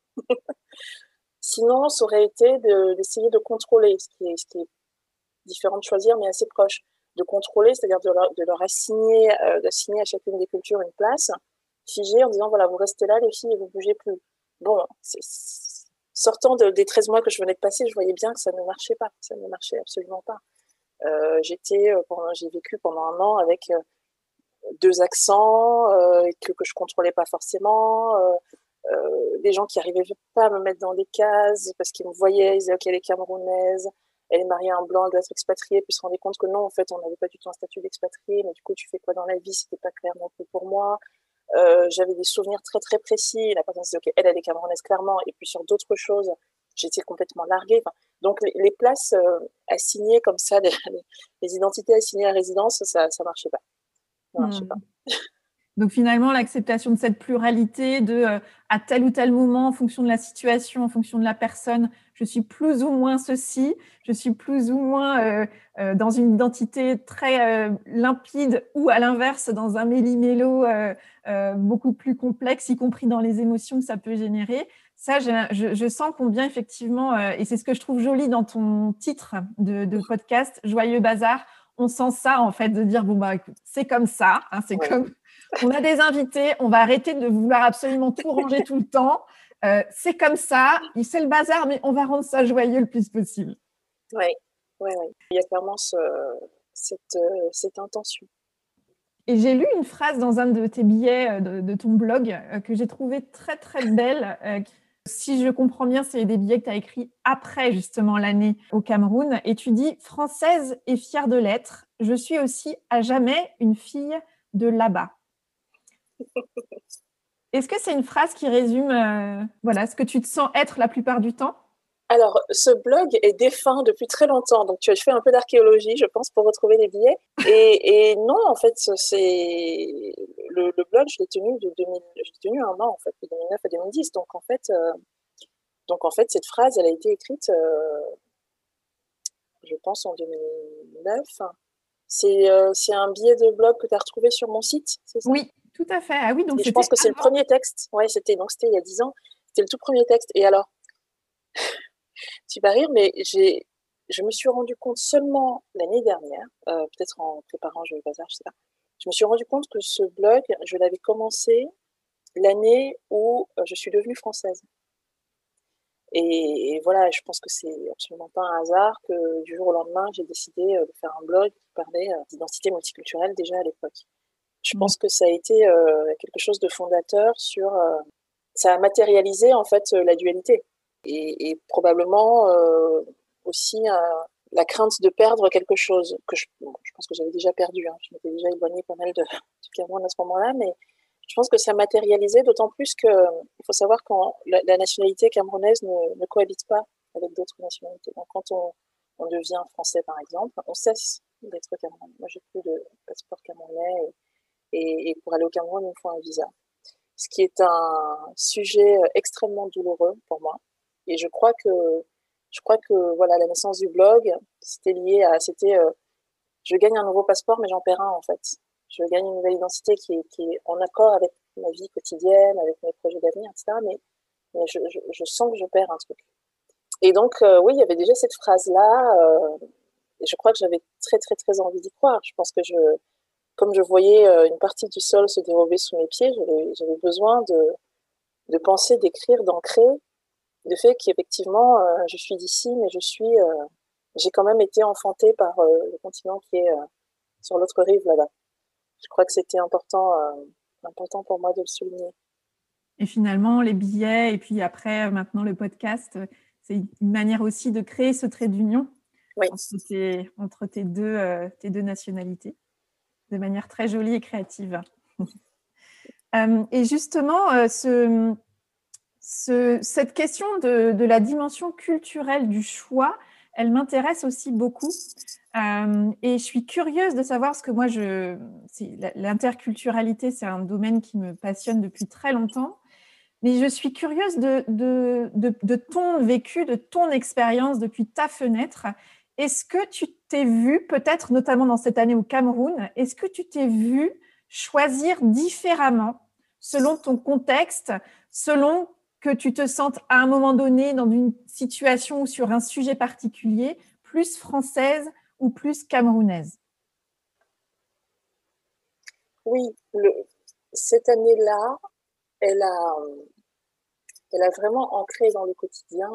Sinon, ça aurait été d'essayer de contrôler, ce qui est différent de choisir, mais assez proche. De contrôler, c'est-à-dire de leur assigner à chacune des cultures une place, figée, en disant, voilà, vous restez là, les filles, et vous bougez plus. Bon, sortant des 13 mois que je venais de passer, je voyais bien que ça ne marchait pas. Ça ne marchait absolument pas. J'ai vécu pendant un an avec deux accents que je contrôlais pas forcément. Des gens qui n'arrivaient pas à me mettre dans des cases parce qu'ils me voyaient, ils disaient ok, elle est camerounaise, elle est mariée à un blanc, elle doit être expatriée, puis se rendaient compte que non, en fait, on n'avait pas du tout un statut d'expatrié, mais du coup, tu fais quoi dans la vie, c'était pas clair non plus pour moi. J'avais des souvenirs très très précis, la personne se disait ok, elle est camerounaise clairement, et puis sur d'autres choses, j'étais complètement larguée. Enfin, donc les places assignées comme ça, les identités assignées à résidence, ça marchait pas. Ça marchait pas. Donc finalement, l'acceptation de cette pluralité, à tel ou tel moment, en fonction de la situation, en fonction de la personne, je suis plus ou moins ceci, je suis plus ou moins dans une identité très limpide, ou à l'inverse, dans un méli-mélo beaucoup plus complexe, y compris dans les émotions que ça peut générer. Ça, je sens combien effectivement, et c'est ce que je trouve joli dans ton titre de podcast, Joyeux Bazar, on sent ça en fait, de dire bon bah écoute, c'est comme ça, hein, c'est comme on a des invités, on va arrêter de vouloir absolument tout ranger tout le temps. C'est comme ça, c'est le bazar, mais on va rendre ça joyeux le plus possible. Oui. Il y a clairement cette intention. Et j'ai lu une phrase dans un de tes billets de ton blog que j'ai trouvé très, très belle. Si je comprends bien, c'est des billets que tu as écrits après justement l'année au Cameroun. Et tu dis « Française et fière de l'être, je suis aussi à jamais une fille de là-bas ». Est-ce que c'est une phrase qui résume voilà, ce que tu te sens être la plupart du temps? Alors, ce blog est défunt depuis très longtemps, donc tu as fait un peu d'archéologie, je pense, pour retrouver les billets. Et non, en fait, c'est le blog, je l'ai tenu un an, en fait, de 2009 à 2010. Donc, en fait, cette phrase, elle a été écrite, je pense, en 2009. C'est un billet de blog que tu as retrouvé sur mon site, c'est ça? Oui, tout à fait. Ah oui, donc je pense que c'est le premier texte. Ouais, c'était il y a 10 ans. C'était le tout premier texte. Et alors, tu vas rire, mais je me suis rendu compte seulement l'année dernière, peut-être en préparant Joyeux Bazar, je sais pas, je me suis rendu compte que ce blog, je l'avais commencé l'année où je suis devenue française. Et voilà, je pense que c'est absolument pas un hasard que du jour au lendemain, j'ai décidé de faire un blog qui parlait d'identité multiculturelle déjà à l'époque. Je Mmh. pense que ça a été quelque chose de fondateur sur... ça a matérialisé en fait la dualité et probablement aussi la crainte de perdre quelque chose que je pense que j'avais déjà perdu. Hein. Je m'étais déjà éloignée pas mal du Cameroun à ce moment-là, mais je pense que ça matérialisait d'autant plus que il faut savoir quand la nationalité camerounaise ne cohabite pas avec d'autres nationalités. Donc quand on devient français par exemple, on cesse d'être camerounais. Moi j'ai plus de passeport camerounais et pour aller au Cameroun il me faut un visa, ce qui est un sujet extrêmement douloureux pour moi. Et je crois que voilà, la naissance du blog, c'était lié à, je gagne un nouveau passeport, mais j'en perds un en fait. Je gagne une nouvelle identité qui est en accord avec ma vie quotidienne, avec mes projets d'avenir, etc. Mais je sens que je perds un truc. Et donc, oui, il y avait déjà cette phrase-là, et je crois que j'avais très, très, très envie d'y croire. Je pense que comme je voyais une partie du sol se dérober sous mes pieds, j'avais besoin de penser, d'écrire, d'ancrer le fait qu'effectivement, je suis d'ici, mais j'ai quand même été enfantée par le continent qui est sur l'autre rive là-bas. Je crois que c'était important pour moi de le souligner. Et finalement, les billets et puis après, maintenant, le podcast, c'est une manière aussi de créer ce trait d'union Oui. entre tes deux nationalités de manière très jolie et créative. Et justement, cette question de la dimension culturelle du choix, elle m'intéresse aussi beaucoup. Et je suis curieuse de savoir, parce que moi, l'interculturalité, c'est un domaine qui me passionne depuis très longtemps. Mais je suis curieuse de ton vécu, de ton expérience depuis ta fenêtre. Est-ce que tu t'es vu, peut-être notamment dans cette année au Cameroun, est-ce que tu t'es vu choisir différemment selon ton contexte, selon que tu te sentes à un moment donné dans une situation ou sur un sujet particulier, plus française ou plus camerounaise? Oui, cette année-là, elle a, elle a vraiment ancré dans le quotidien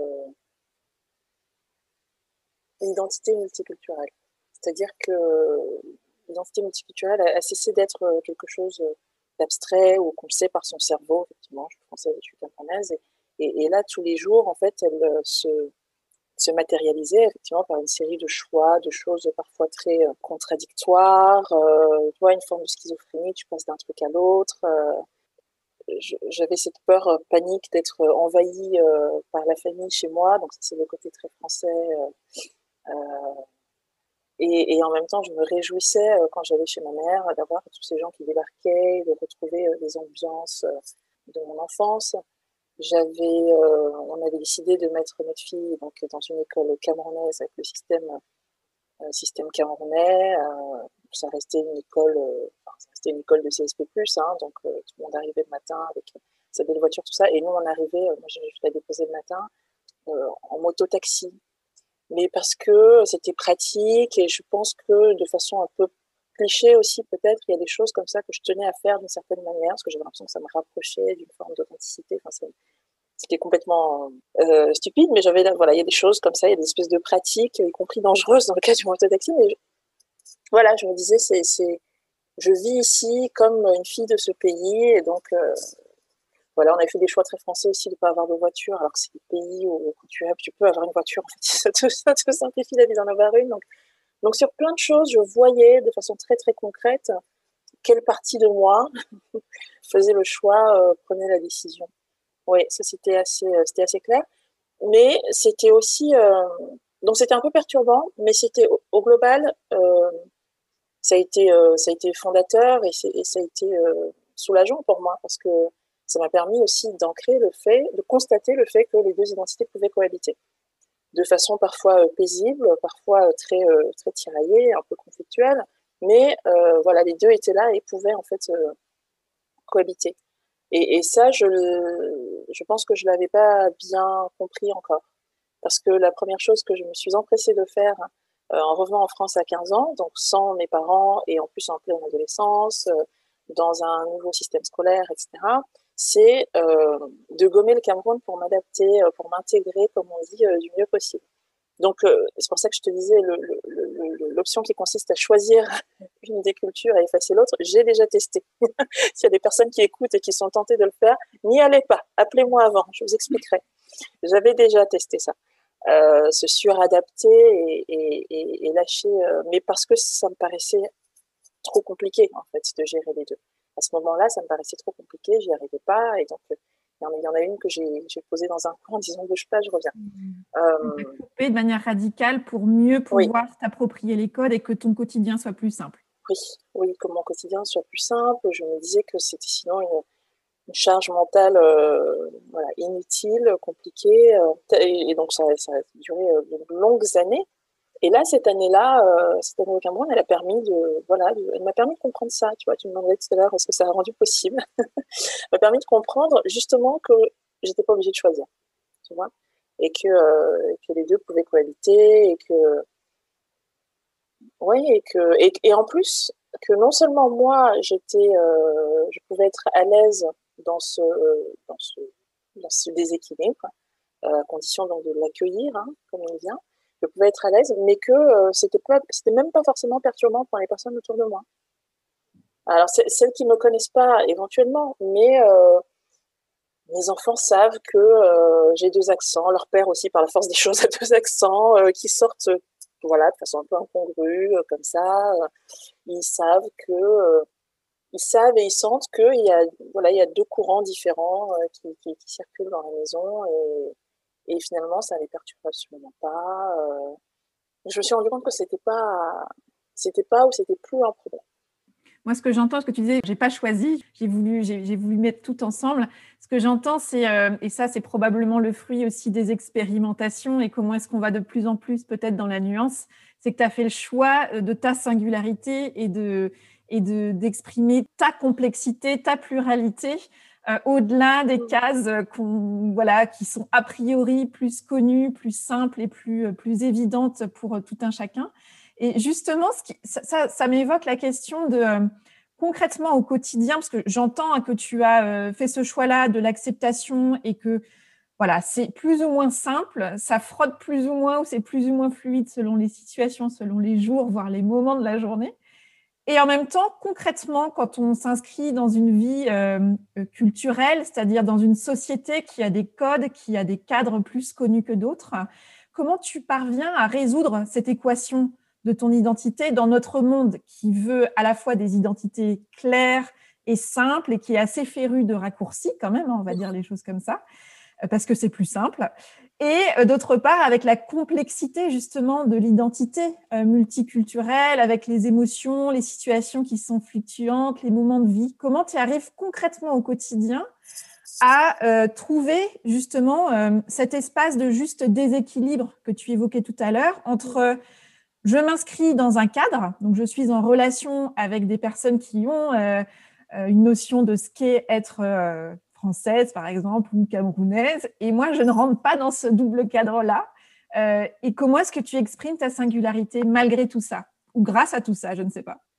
l'identité multiculturelle. C'est-à-dire que l'identité multiculturelle a cessé d'être quelque chose d'abstrait ou qu'on le sait par son cerveau. Effectivement, je suis française, je suis camerounaise. Et là, tous les jours, en fait, elle se matérialisait effectivement par une série de choix, de choses parfois très contradictoires. Tu vois, une forme de schizophrénie, tu passes d'un truc à l'autre. J'avais cette peur panique d'être envahie par la famille chez moi. Donc, ça, c'est le côté très français. Et en même temps, je me réjouissais quand j'allais chez ma mère d'avoir tous ces gens qui débarquaient, de retrouver les ambiances de mon enfance. On avait décidé de mettre notre fille donc, dans une école camerounaise avec le système camerounais. Ça restait une école, ça restait une école de CSP+, hein, donc tout le monde arrivait le matin avec sa belle voiture, tout ça. Et nous, on arrivait, moi, je la déposais le matin en moto-taxi, mais parce que c'était pratique et je pense que de façon un peu cliché aussi peut-être, il y a des choses comme ça que je tenais à faire d'une certaine manière parce que j'avais l'impression que ça me rapprochait d'une forme d'authenticité. Enfin, c'était complètement stupide, mais voilà, il y a des choses comme ça, il y a des espèces de pratiques, y compris dangereuses dans le cas du mototaxi, mais voilà, je me disais, je vis ici comme une fille de ce pays et donc voilà, on avait fait des choix très français aussi de ne pas avoir de voiture, alors que c'est des pays où tu peux avoir une voiture, en fait, ça te simplifie la vie d'en avoir une. Donc sur plein de choses, je voyais de façon très très concrète quelle partie de moi faisait le choix, prenait la décision. Oui, ça c'était assez clair. Mais c'était aussi, donc c'était un peu perturbant, mais c'était au global, ça a été fondateur et ça a été soulageant pour moi parce que ça m'a permis aussi de constater le fait que les deux identités pouvaient cohabiter de façon parfois paisible, parfois très, très tiraillée, un peu conflictuelle, mais voilà, les deux étaient là et pouvaient en fait cohabiter. Et ça, je pense que je ne l'avais pas bien compris encore. Parce que la première chose que je me suis empressée de faire en revenant en France à 15 ans, donc sans mes parents et en plus en pleine adolescence, dans un nouveau système scolaire, etc., c'est de gommer le Cameroun pour m'adapter, pour m'intégrer, comme on dit, du mieux possible. Donc, c'est pour ça que je te disais, l'option qui consiste à choisir une des cultures et effacer l'autre, j'ai déjà testé. S'il y a des personnes qui écoutent et qui sont tentées de le faire, n'y allez pas, appelez-moi avant, je vous expliquerai. J'avais déjà testé ça. Se suradapter et lâcher, mais parce que ça me paraissait trop compliqué, en fait, de gérer les deux. À ce moment-là, ça me paraissait trop compliqué, j'y arrivais pas, et donc, il y en a une que j'ai posée dans un coin en disant bouge pas, je reviens. Tu as coupé de manière radicale pour mieux Oui, pouvoir t'approprier les codes et que ton quotidien soit plus simple. oui, oui, que mon quotidien soit plus simple. Je me disais que c'était sinon une charge mentale voilà, inutile, compliquée. Et donc, ça a duré de longues années. Et là, cette année-là, cette année au Cameroun, elle a permis elle m'a permis de comprendre ça. Tu vois, tu me demandais tout à l'heure, est-ce que ça a rendu possible? Elle m'a permis de comprendre justement que j'étais pas obligée de choisir, tu vois, et que les deux pouvaient cohabiter, et que, oui, et en plus, que non seulement moi, je pouvais être à l'aise dans ce, dans ce, dans ce déséquilibre, à condition donc de l'accueillir, hein, comme il vient. Je pouvais être à l'aise, mais que c'était même pas forcément perturbant pour les personnes autour de moi. Alors, celles qui me connaissent pas, éventuellement, mais mes enfants savent que j'ai deux accents. Leur père aussi, par la force des choses, a deux accents qui sortent, voilà, de façon un peu incongrue, comme ça. Ils savent que, ils savent et ils sentent qu'il y a, voilà, il y a deux courants différents qui circulent dans la maison, et finalement, ça les perturbe absolument pas. Je me suis rendu compte que c'était pas ou c'était plus un problème. Moi, ce que j'entends, ce que tu disais, j'ai pas choisi, j'ai voulu mettre tout ensemble. Ce que j'entends, c'est, et ça, c'est probablement le fruit aussi des expérimentations et comment est-ce qu'on va de plus en plus peut-être dans la nuance, c'est que tu as fait le choix de ta singularité d'exprimer ta complexité, ta pluralité, au-delà des cases voilà, qui sont a priori plus connues, plus simples et plus évidentes pour tout un chacun. Et justement, ça m'évoque la question de concrètement au quotidien, parce que j'entends que tu as fait ce choix-là de l'acceptation et que voilà, c'est plus ou moins simple, ça frotte plus ou moins ou c'est plus ou moins fluide selon les situations, selon les jours, voire les moments de la journée. Et en même temps, concrètement, quand on s'inscrit dans une vie culturelle, c'est-à-dire dans une société qui a des codes, qui a des cadres plus connus que d'autres, comment tu parviens à résoudre cette équation de ton identité dans notre monde qui veut à la fois des identités claires et simples et qui est assez féru de raccourcis quand même, on va dire les choses comme ça, parce que c'est plus simple. Et d'autre part, avec la complexité justement de l'identité multiculturelle, avec les émotions, les situations qui sont fluctuantes, les moments de vie, comment tu arrives concrètement au quotidien à trouver justement cet espace de juste déséquilibre que tu évoquais tout à l'heure entre je m'inscris dans un cadre, donc je suis en relation avec des personnes qui ont une notion de ce qu'est être française, par exemple, ou camerounaise, et moi, je ne rentre pas dans ce double cadre-là. Et comment est-ce que tu exprimes ta singularité malgré tout ça, ou grâce à tout ça, je ne sais pas.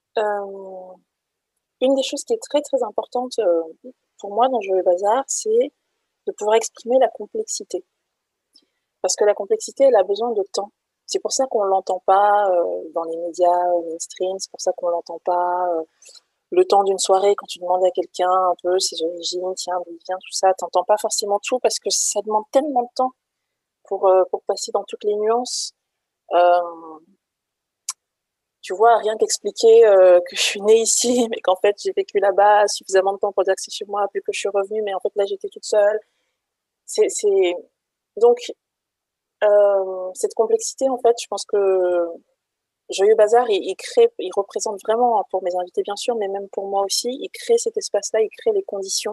Une des choses qui est très très importante pour moi dans Joyeux Bazar, c'est de pouvoir exprimer la complexité. Parce que la complexité, elle a besoin de temps. C'est pour ça qu'on ne l'entend pas dans les médias mainstream, c'est pour ça qu'on ne l'entend pas le temps d'une soirée quand tu demandes à quelqu'un un peu ses origines, tiens, d'où il vient, tout ça, t'entends pas forcément tout parce que ça demande tellement de temps pour passer dans toutes les nuances. Euh, tu vois, rien qu'expliquer que je suis née ici, mais qu'en fait j'ai vécu là-bas suffisamment de temps pour dire que c'est chez moi, puis que je suis revenue, mais en fait là j'étais toute seule. C'est... Donc, cette complexité, en fait, je pense que Joyeux Bazar, il représente vraiment, pour mes invités bien sûr, mais même pour moi aussi, il crée cet espace-là, il crée les conditions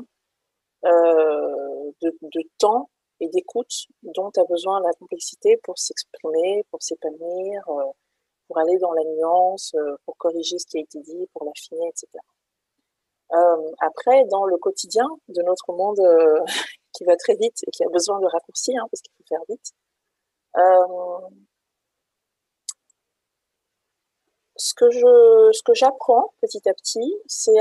de temps et d'écoute dont a besoin la complexité pour s'exprimer, pour s'épanouir, pour aller dans la nuance, pour corriger ce qui a été dit, pour l'affiner, etc. Après, dans le quotidien de notre monde qui va très vite et qui a besoin de raccourcis, hein, parce qu'il faut faire vite, ce que j'apprends petit à petit, c'est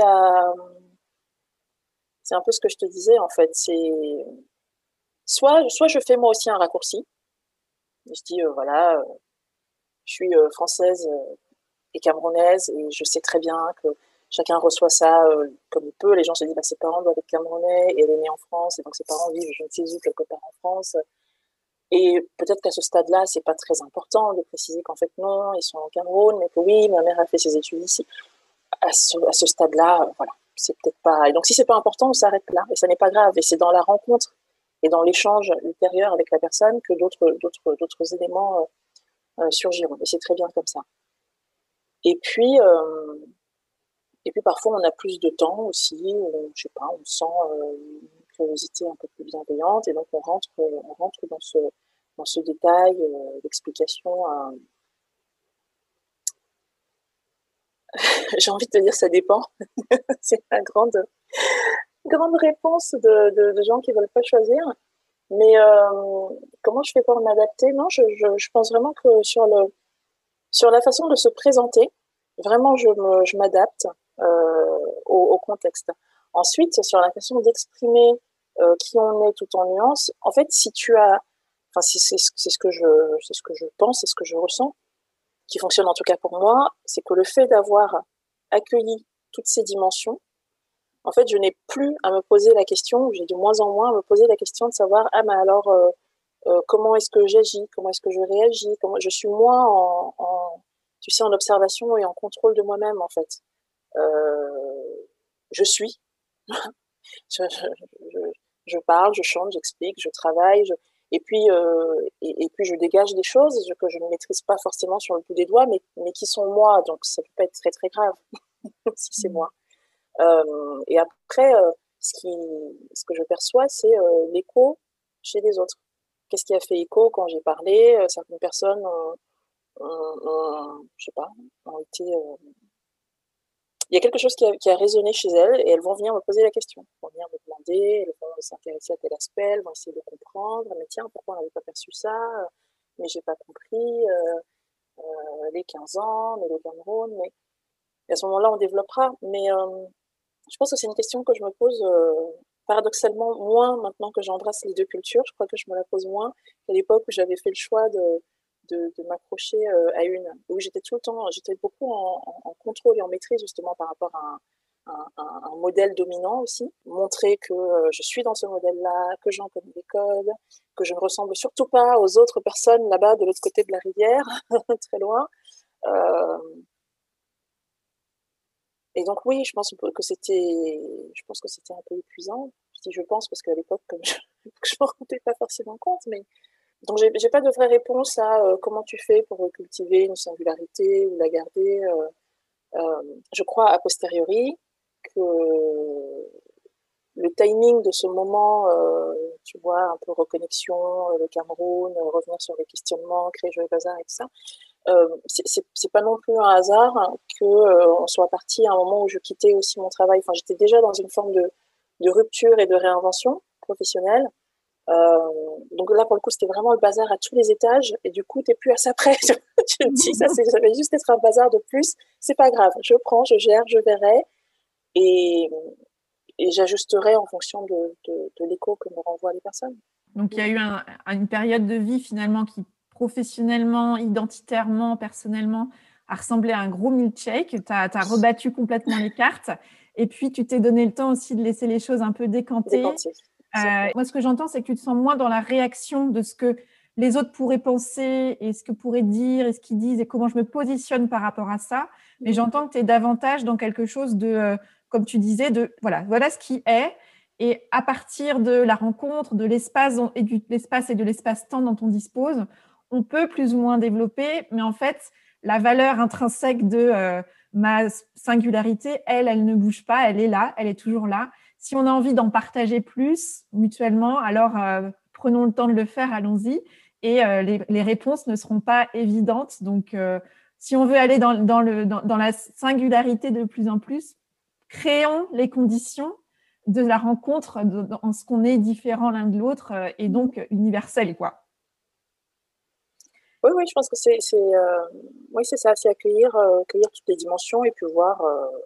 un peu ce que je te disais en fait. C'est soit je fais moi aussi un raccourci. Je dis voilà, je suis française et camerounaise et je sais très bien que chacun reçoit ça comme il peut. Les gens se disent bah, ses parents doivent être camerounais et elle est née en France et donc ses parents vivent je ne sais où quelque part en France. Et peut-être qu'à ce stade-là, c'est pas très important de préciser qu'en fait non, ils sont au Cameroun, mais que oui, ma mère a fait ses études ici. À ce stade-là, voilà, c'est peut-être pas. Et donc si c'est pas important, on s'arrête là, et ça n'est pas grave. Et c'est dans la rencontre et dans l'échange ultérieur avec la personne que d'autres éléments surgiront. Et c'est très bien comme ça. Et puis, euh, et puis parfois on a plus de temps aussi, je sais pas, on sent une curiosité un peu plus bienveillante, et donc on rentre dans ce détail d'explication. J'ai envie de te dire ça dépend. C'est la grande réponse de gens qui veulent pas choisir. Mais comment je fais pour m'adapter? Non, je pense vraiment que sur la façon de se présenter, vraiment je m'adapte au contexte. Ensuite, sur la façon d'exprimer qui on est tout en nuances, en fait, si tu as, enfin, c'est ce que je pense, c'est ce que je ressens, qui fonctionne en tout cas pour moi, c'est que le fait d'avoir accueilli toutes ces dimensions, en fait, je n'ai plus à me poser la question, j'ai de moins en moins à me poser la question de savoir, ah, mais alors, comment est-ce que j'agis, comment est-ce que je réagis, comment je suis moins tu sais, en observation et en contrôle de moi-même, en fait. Je suis, je, je, je, je parle, je chante, j'explique, je travaille, et puis je dégage des choses que je ne maîtrise pas forcément sur le bout des doigts, mais qui sont moi, donc ça peut pas être très très grave si c'est moi. Et après, ce que je perçois, c'est l'écho chez les autres. Qu'est-ce qui a fait écho quand j'ai parlé? Certaines personnes je sais pas, ont été. Il y a quelque chose qui a résonné chez elles et elles vont venir me poser la question. Elles vont venir me demander, elles vont s'intéresser à tel aspect, elles vont essayer de comprendre. Mais tiens, pourquoi on n'avait pas perçu ça? Mais j'ai pas compris. Les 15 ans, mais le Cameroun. Mais et à ce moment-là, on développera. Mais je pense que c'est une question que je me pose paradoxalement moins maintenant que j'embrasse les deux cultures. Je crois que je me la pose moins qu'à l'époque où j'avais fait le choix de m'accrocher à une, où j'étais beaucoup en contrôle et en maîtrise justement par rapport à un modèle dominant aussi, montrer que je suis dans ce modèle-là, que j'en connais les codes, que je ne ressemble surtout pas aux autres personnes là-bas de l'autre côté de la rivière, très loin. Euh, et donc oui, je pense que c'était un peu épuisant. Je dis je pense parce qu'à l'époque, comme je m'en rendais pas forcément compte, mais donc j'ai pas de vraie réponse à comment tu fais pour cultiver une singularité ou la garder. Je crois a posteriori que le timing de ce moment, tu vois, un peu reconnexion, le Cameroun, revenir sur les questionnements, créer Joyeux Bazar et tout ça, c'est pas non plus un hasard que on soit parti à un moment où je quittais aussi mon travail. Enfin, j'étais déjà dans une forme de rupture et de réinvention professionnelle. Donc là, pour le coup, c'était vraiment le bazar à tous les étages. Et du coup, t'es plus à ça près. Tu te dis, ça va juste être un bazar de plus. C'est pas grave. Je prends, je gère, je verrai. Et, et j'ajusterai en fonction de l'écho que me renvoient les personnes. Donc, il y a eu une période de vie finalement qui, professionnellement, identitairement, personnellement, a ressemblé à un gros milkshake. Tu as rebattu complètement les cartes. Et puis, tu t'es donné le temps aussi de laisser les choses un peu décanter. Moi, ce que j'entends, c'est que tu te sens moins dans la réaction de ce que les autres pourraient penser et ce que pourraient dire et ce qu'ils disent et comment je me positionne par rapport à ça. Mais j'entends que tu es davantage dans quelque chose de, comme tu disais, de voilà ce qui est. Et à partir de la rencontre, de l'espace et de l'espace-temps dont on dispose, on peut plus ou moins développer, mais en fait, la valeur intrinsèque de ma singularité, elle ne bouge pas, elle est là, elle est toujours là. Si on a envie d'en partager plus mutuellement, alors prenons le temps de le faire, allons-y. Et les réponses ne seront pas évidentes. Donc, si on veut aller dans la singularité de plus en plus, créons les conditions de la rencontre en ce qu'on est différent l'un de l'autre et donc universel, quoi. Oui, oui, je pense que oui, c'est ça, c'est accueillir toutes les dimensions et puis voir.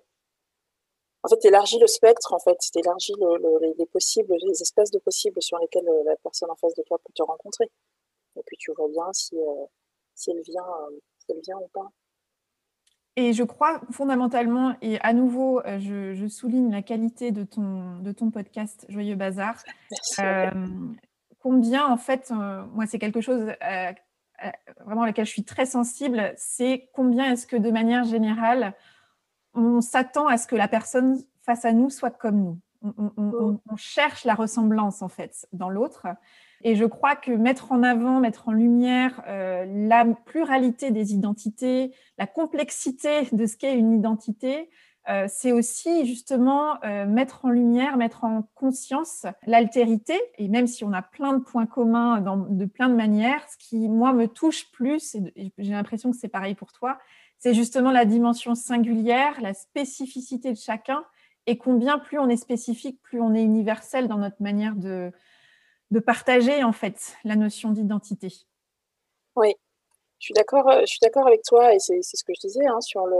En fait, t'élargis le spectre, en fait, t'élargis les possibles, les espèces de possibles sur lesquels la personne en face de toi peut te rencontrer. Et puis tu vois bien si elle vient, si elle vient ou pas. Et je crois fondamentalement, et à nouveau, je souligne la qualité de ton podcast Joyeux Bazar, Merci. euh, combien en fait, moi c'est quelque chose vraiment à laquelle je suis très sensible, c'est combien est-ce que de manière générale, on s'attend à ce que la personne face à nous soit comme nous. On cherche la ressemblance en fait dans l'autre. Et je crois que mettre en avant, mettre en lumière la pluralité des identités, la complexité de ce qu'est une identité, c'est aussi justement mettre en lumière, mettre en conscience l'altérité. Et même si on a plein de points communs de plein de manières, ce qui, moi, me touche plus, et j'ai l'impression que c'est pareil pour toi, c'est justement la dimension singulière, la spécificité de chacun, et combien plus on est spécifique, plus on est universel dans notre manière de partager en fait la notion d'identité. Oui, je suis d'accord avec toi et c'est ce que je disais hein, sur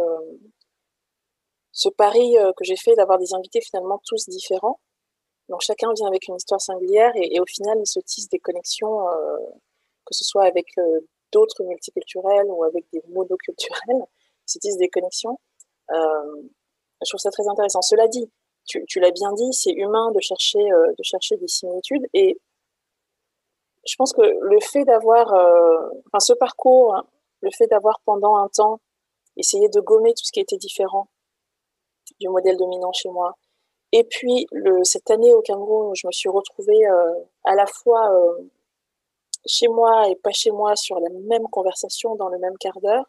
ce pari que j'ai fait d'avoir des invités finalement tous différents. Donc chacun vient avec une histoire singulière et au final ils se tissent des connexions, que ce soit avec d'autres multiculturels ou avec des monoculturels, ils se tissent des connexions. Euh, je trouve ça très intéressant. Cela dit, tu l'as bien dit, c'est humain de chercher des similitudes et je pense que le fait d'avoir, enfin ce parcours, hein, le fait d'avoir pendant un temps essayé de gommer tout ce qui était différent du modèle dominant chez moi, et puis cette année au Cameroun où je me suis retrouvée à la fois chez moi et pas chez moi sur la même conversation dans le même quart d'heure,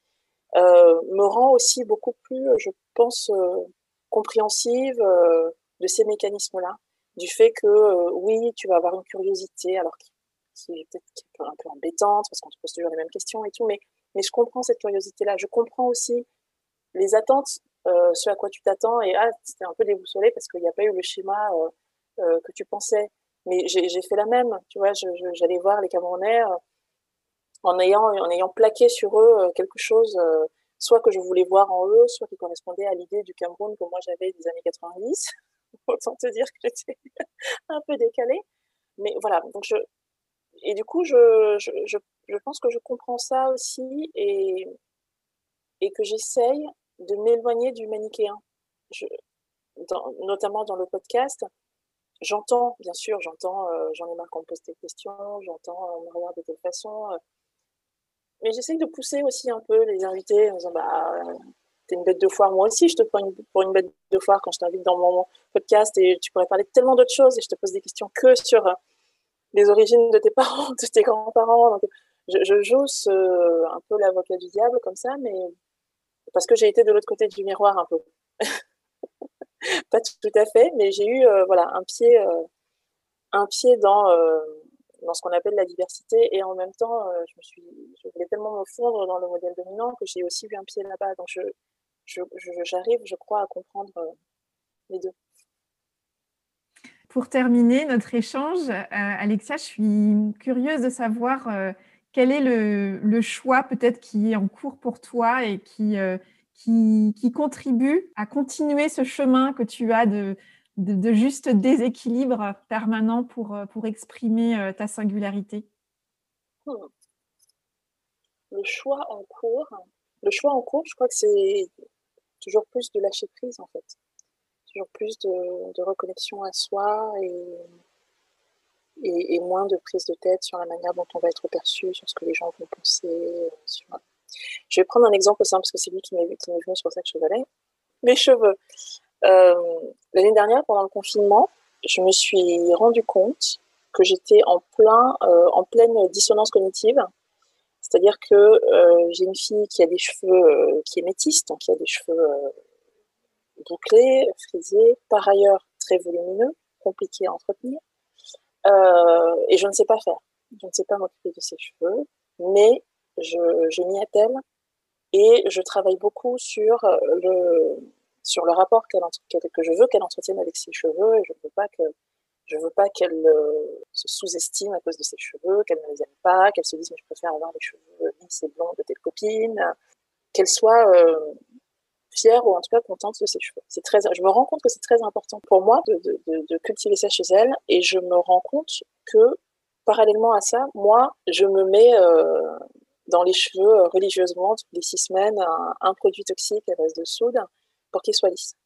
me rend aussi beaucoup plus, je pense, compréhensive de ces mécanismes-là, du fait que oui, tu vas avoir une curiosité, alors qui est peut-être un peu embêtante parce qu'on te pose toujours les mêmes questions et tout, mais je comprends cette curiosité-là. Je comprends aussi les attentes, ce à quoi tu t'attends, et c'était un peu déboussolé parce qu'il n'y a pas eu le schéma que tu pensais. Mais j'ai fait la même, tu vois, j'allais voir les Camerounais en ayant plaqué sur eux quelque chose, soit que je voulais voir en eux, soit qui correspondait à l'idée du Cameroun que moi j'avais des années 90. Autant te dire que j'étais un peu décalée. Mais voilà, et du coup, je pense que je comprends ça aussi et que j'essaye de m'éloigner du manichéen. Je, Notamment dans le podcast, j'entends, bien sûr, j'en ai marre qu'on me pose des questions, j'entends, on me regarde de telle façon, mais j'essaye de pousser aussi un peu les invités en disant bah t'es une bête de foire, moi aussi je te prends pour une bête de foire quand je t'invite dans mon podcast et tu pourrais parler de tellement d'autres choses et je te pose des questions que sur les origines de tes parents, de tes grands-parents. Donc, je joue un peu l'avocat du diable comme ça, mais parce que j'ai été de l'autre côté du miroir un peu. Pas tout à fait, mais j'ai eu voilà un pied dans ce qu'on appelle la diversité et en même temps je voulais tellement me fondre dans le modèle dominant que j'ai aussi eu un pied là-bas. Donc j'arrive, je crois, à comprendre les deux. Pour terminer notre échange, Alexia, je suis curieuse de savoir quel est le choix peut-être qui est en cours pour toi et qui contribue à continuer ce chemin que tu as de juste déséquilibre permanent pour exprimer ta singularité. Hmm. Le choix en cours, le choix en cours, je crois que c'est toujours plus de lâcher prise en fait, toujours plus de reconnexion à soi et moins de prise de tête sur la manière dont on va être perçu, sur ce que les gens vont penser. Je vais prendre un exemple simple parce que c'est lui qui m'est venu, c'est pour ça que je chevalais. Mes cheveux. L'année dernière, pendant le confinement, je me suis rendu compte que j'étais en pleine dissonance cognitive. C'est-à-dire que j'ai une fille qui a des cheveux, qui est métisse, donc qui a des cheveux bouclés, frisés, par ailleurs très volumineux, compliqués à entretenir. Et je ne sais pas faire. Je ne sais pas m'occuper de ses cheveux, mais je m'y attelle et je travaille beaucoup sur le rapport que je veux qu'elle entretienne avec ses cheveux et je ne veux pas que Je veux pas qu'elle se sous-estime à cause de ses cheveux, qu'elle ne les aime pas, qu'elle se dise mais je préfère avoir les cheveux lisses et blonds de telle copine, qu'elle soit fière ou en tout cas contente de ses cheveux. Je me rends compte que c'est très important pour moi de cultiver ça chez elle, et je me rends compte que parallèlement à ça, moi, je me mets dans les cheveux religieusement toutes les 6 semaines un produit toxique à base de soude pour qu'ils soient lisses.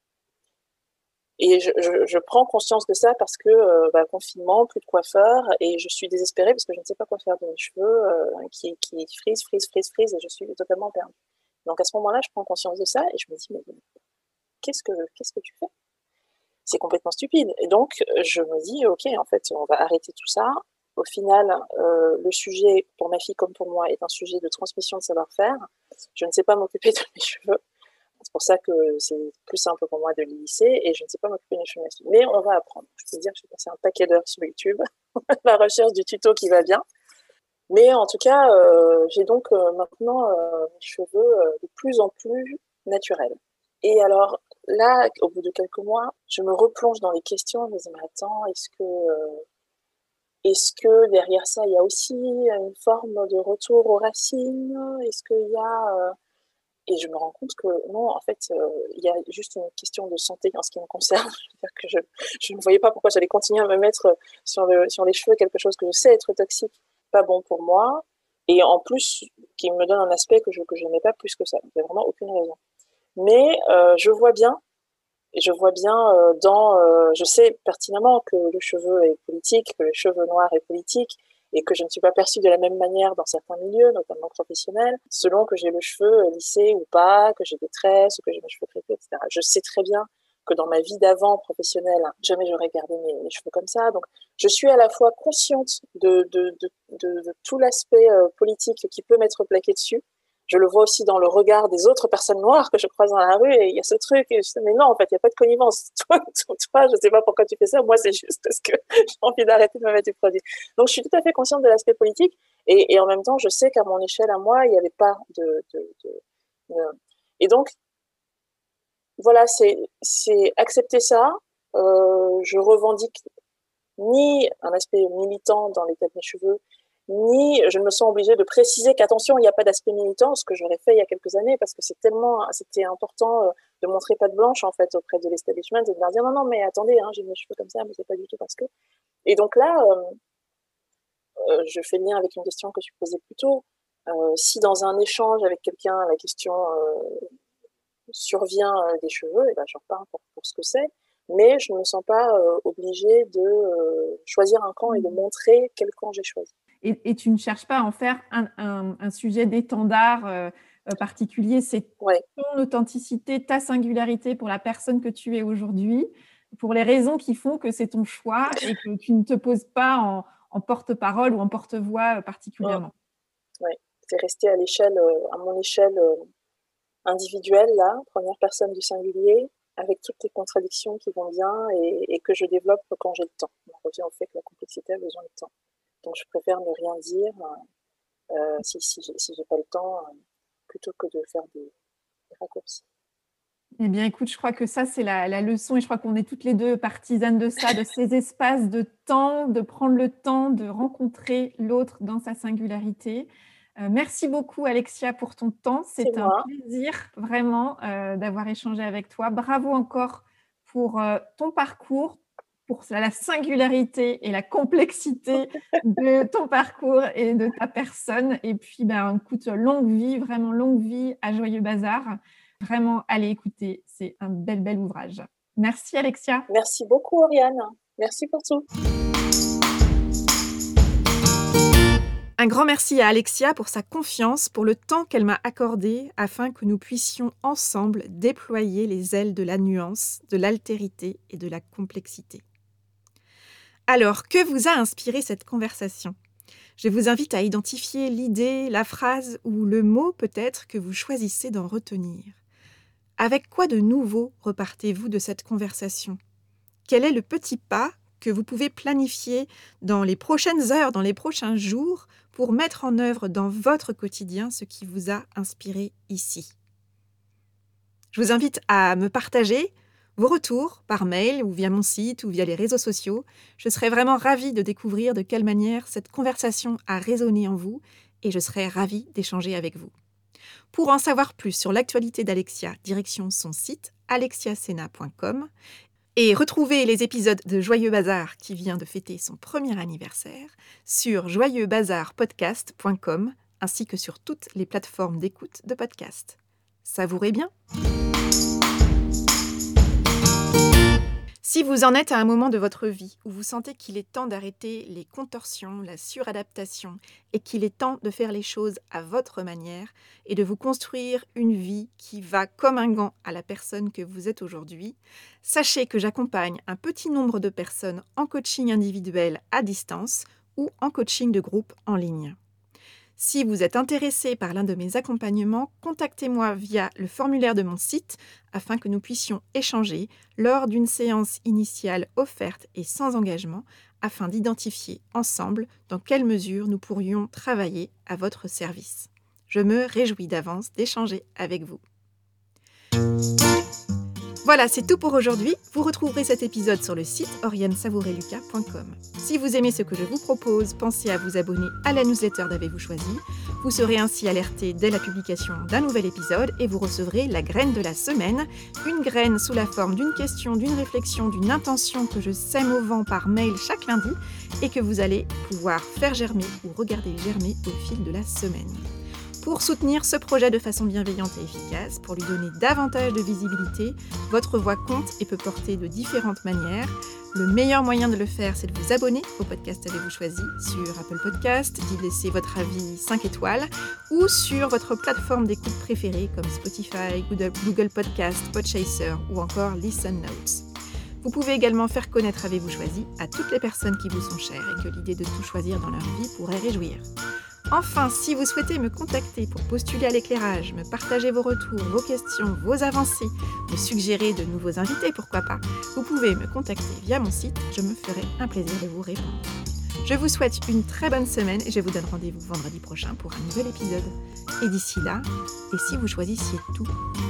Et je prends conscience de ça parce que confinement, plus de coiffeur, et je suis désespérée parce que je ne sais pas quoi faire de mes cheveux qui frisent, et je suis totalement perdue. Donc à ce moment-là, je prends conscience de ça et je me dis, mais qu'est-ce que tu fais? C'est complètement stupide. Et donc je me dis, ok, en fait, on va arrêter tout ça. Au final, le sujet, pour ma fille comme pour moi, est un sujet de transmission de savoir-faire. Je ne sais pas m'occuper de mes cheveux. C'est pour ça que c'est plus simple pour moi de les lisser, et je ne sais pas m'occuper des cheveux. Mais on va apprendre. Je peux dire que j'ai passé un paquet d'heures sur YouTube, la recherche du tuto qui va bien. Mais en tout cas, j'ai donc maintenant mes cheveux de plus en plus naturels. Et alors là, au bout de quelques mois, je me replonge dans les questions. Je me dis, mais attends, est-ce que derrière ça, il y a aussi une forme de retour aux racines? Est-ce qu'il y a... Et je me rends compte que non, en fait, il y a juste une question de santé en ce qui me concerne. C'est-à-dire que je ne voyais pas pourquoi j'allais continuer à me mettre sur les cheveux quelque chose que je sais être toxique, pas bon pour moi, et en plus, qui me donne un aspect que je n'aimais pas plus que ça. Il n'y a vraiment aucune raison. Mais je vois bien, je sais pertinemment que le cheveu est politique, que le cheveu noir est politique, et que je ne suis pas perçue de la même manière dans certains milieux, notamment professionnels, selon que j'ai le cheveu lissé ou pas, que j'ai des tresses, ou que j'ai mes cheveux crépus, etc. Je sais très bien que dans ma vie d'avant professionnelle, jamais j'aurais gardé mes cheveux comme ça. Donc, je suis à la fois consciente de tout l'aspect politique qui peut m'être plaqué dessus. Je le vois aussi dans le regard des autres personnes noires que je croise dans la rue, et il y a ce truc, et je dis, mais non, en fait, il n'y a pas de connivence. Toi, je ne sais pas pourquoi tu fais ça. Moi, c'est juste parce que j'ai envie d'arrêter de me mettre du produit. Donc, je suis tout à fait consciente de l'aspect politique, et en même temps, je sais qu'à mon échelle, à moi, il n'y avait pas Et donc, voilà, c'est accepter ça. Je revendique ni un aspect militant dans l'état de mes cheveux, ni je me sens obligée de préciser qu'attention, il n'y a pas d'aspect militant, ce que j'aurais fait il y a quelques années, parce que c'était important de montrer patte blanche, en fait, auprès de l'establishment, et de leur dire, non, non, mais attendez, j'ai mes cheveux comme ça, mais c'est pas du tout parce que... Et donc là, je fais le lien avec une question que tu posais plus tôt. Si dans un échange avec quelqu'un, la question survient des cheveux, et ben, j'en parle pour ce que c'est, mais je ne me sens pas obligée de choisir un camp et de montrer quel camp j'ai choisi. Et tu ne cherches pas à en faire un sujet d'étendard particulier, c'est ton authenticité, ta singularité pour la personne que tu es aujourd'hui, pour les raisons qui font que c'est ton choix et que tu ne te poses pas en porte-parole ou en porte-voix particulièrement. Oui, c'est rester à mon échelle individuelle, là, première personne du singulier, avec toutes les contradictions qui vont bien et que je développe quand j'ai le temps. On revient au fait que la complexité a besoin de temps. Donc je préfère ne rien dire si j'ai pas le temps, plutôt que de faire des raccourcis. Eh bien, écoute, je crois que ça, c'est la leçon, et je crois qu'on est toutes les deux partisanes de ça, de ces espaces de temps, de prendre le temps de rencontrer l'autre dans sa singularité. Merci beaucoup, Alexia, pour ton temps. C'est un plaisir, vraiment, d'avoir échangé avec toi. Bravo encore pour ton parcours, pour la singularité et la complexité de ton parcours et de ta personne. Et puis, écoute, longue vie, vraiment longue vie à Joyeux Bazar. Vraiment, allez écouter, c'est un bel ouvrage. Merci, Alexia. Merci beaucoup, Oriane. Merci pour tout. Un grand merci à Alexia pour sa confiance, pour le temps qu'elle m'a accordé afin que nous puissions ensemble déployer les ailes de la nuance, de l'altérité et de la complexité. Alors, que vous a inspiré cette conversation ? Je vous invite à identifier l'idée, la phrase ou le mot peut-être que vous choisissez d'en retenir. Avec quoi de nouveau repartez-vous de cette conversation ? Quel est le petit pas que vous pouvez planifier dans les prochaines heures, dans les prochains jours, pour mettre en œuvre dans votre quotidien ce qui vous a inspiré ici ? Je vous invite à me partager Vos retours, par mail ou via mon site ou via les réseaux sociaux, je serais vraiment ravie de découvrir de quelle manière cette conversation a résonné en vous et je serais ravie d'échanger avec vous. Pour en savoir plus sur l'actualité d'Alexia, direction son site alexiasena.com et retrouver les épisodes de Joyeux Bazar qui vient de fêter son premier anniversaire sur joyeuxbazarpodcast.com ainsi que sur toutes les plateformes d'écoute de podcasts. Savourez bien! Si vous en êtes à un moment de votre vie où vous sentez qu'il est temps d'arrêter les contorsions, la suradaptation et qu'il est temps de faire les choses à votre manière et de vous construire une vie qui va comme un gant à la personne que vous êtes aujourd'hui, sachez que j'accompagne un petit nombre de personnes en coaching individuel à distance ou en coaching de groupe en ligne. Si vous êtes intéressé par l'un de mes accompagnements, contactez-moi via le formulaire de mon site afin que nous puissions échanger lors d'une séance initiale offerte et sans engagement afin d'identifier ensemble dans quelle mesure nous pourrions travailler à votre service. Je me réjouis d'avance d'échanger avec vous. Voilà, c'est tout pour aujourd'hui. Vous retrouverez cet épisode sur le site oriansavoureluca.com. Si vous aimez ce que je vous propose, pensez à vous abonner à la newsletter d'Avez-vous choisi. Vous serez ainsi alerté dès la publication d'un nouvel épisode et vous recevrez la graine de la semaine. Une graine sous la forme d'une question, d'une réflexion, d'une intention que je sème au vent par mail chaque lundi et que vous allez pouvoir faire germer ou regarder germer au fil de la semaine. Pour soutenir ce projet de façon bienveillante et efficace, pour lui donner davantage de visibilité, votre voix compte et peut porter de différentes manières. Le meilleur moyen de le faire, c'est de vous abonner au podcast Avez-vous choisi sur Apple Podcast, d'y laisser votre avis 5 étoiles ou sur votre plateforme d'écoute préférée comme Spotify, Google Podcast, Podchaser ou encore Listen Notes. Vous pouvez également faire connaître Avez-vous choisi à toutes les personnes qui vous sont chères et que l'idée de tout choisir dans leur vie pourrait réjouir. Enfin, si vous souhaitez me contacter pour postuler à l'éclairage, me partager vos retours, vos questions, vos avancées, me suggérer de nouveaux invités, pourquoi pas, vous pouvez me contacter via mon site, je me ferai un plaisir de vous répondre. Je vous souhaite une très bonne semaine et je vous donne rendez-vous vendredi prochain pour un nouvel épisode. Et d'ici là, et si vous choisissiez tout ?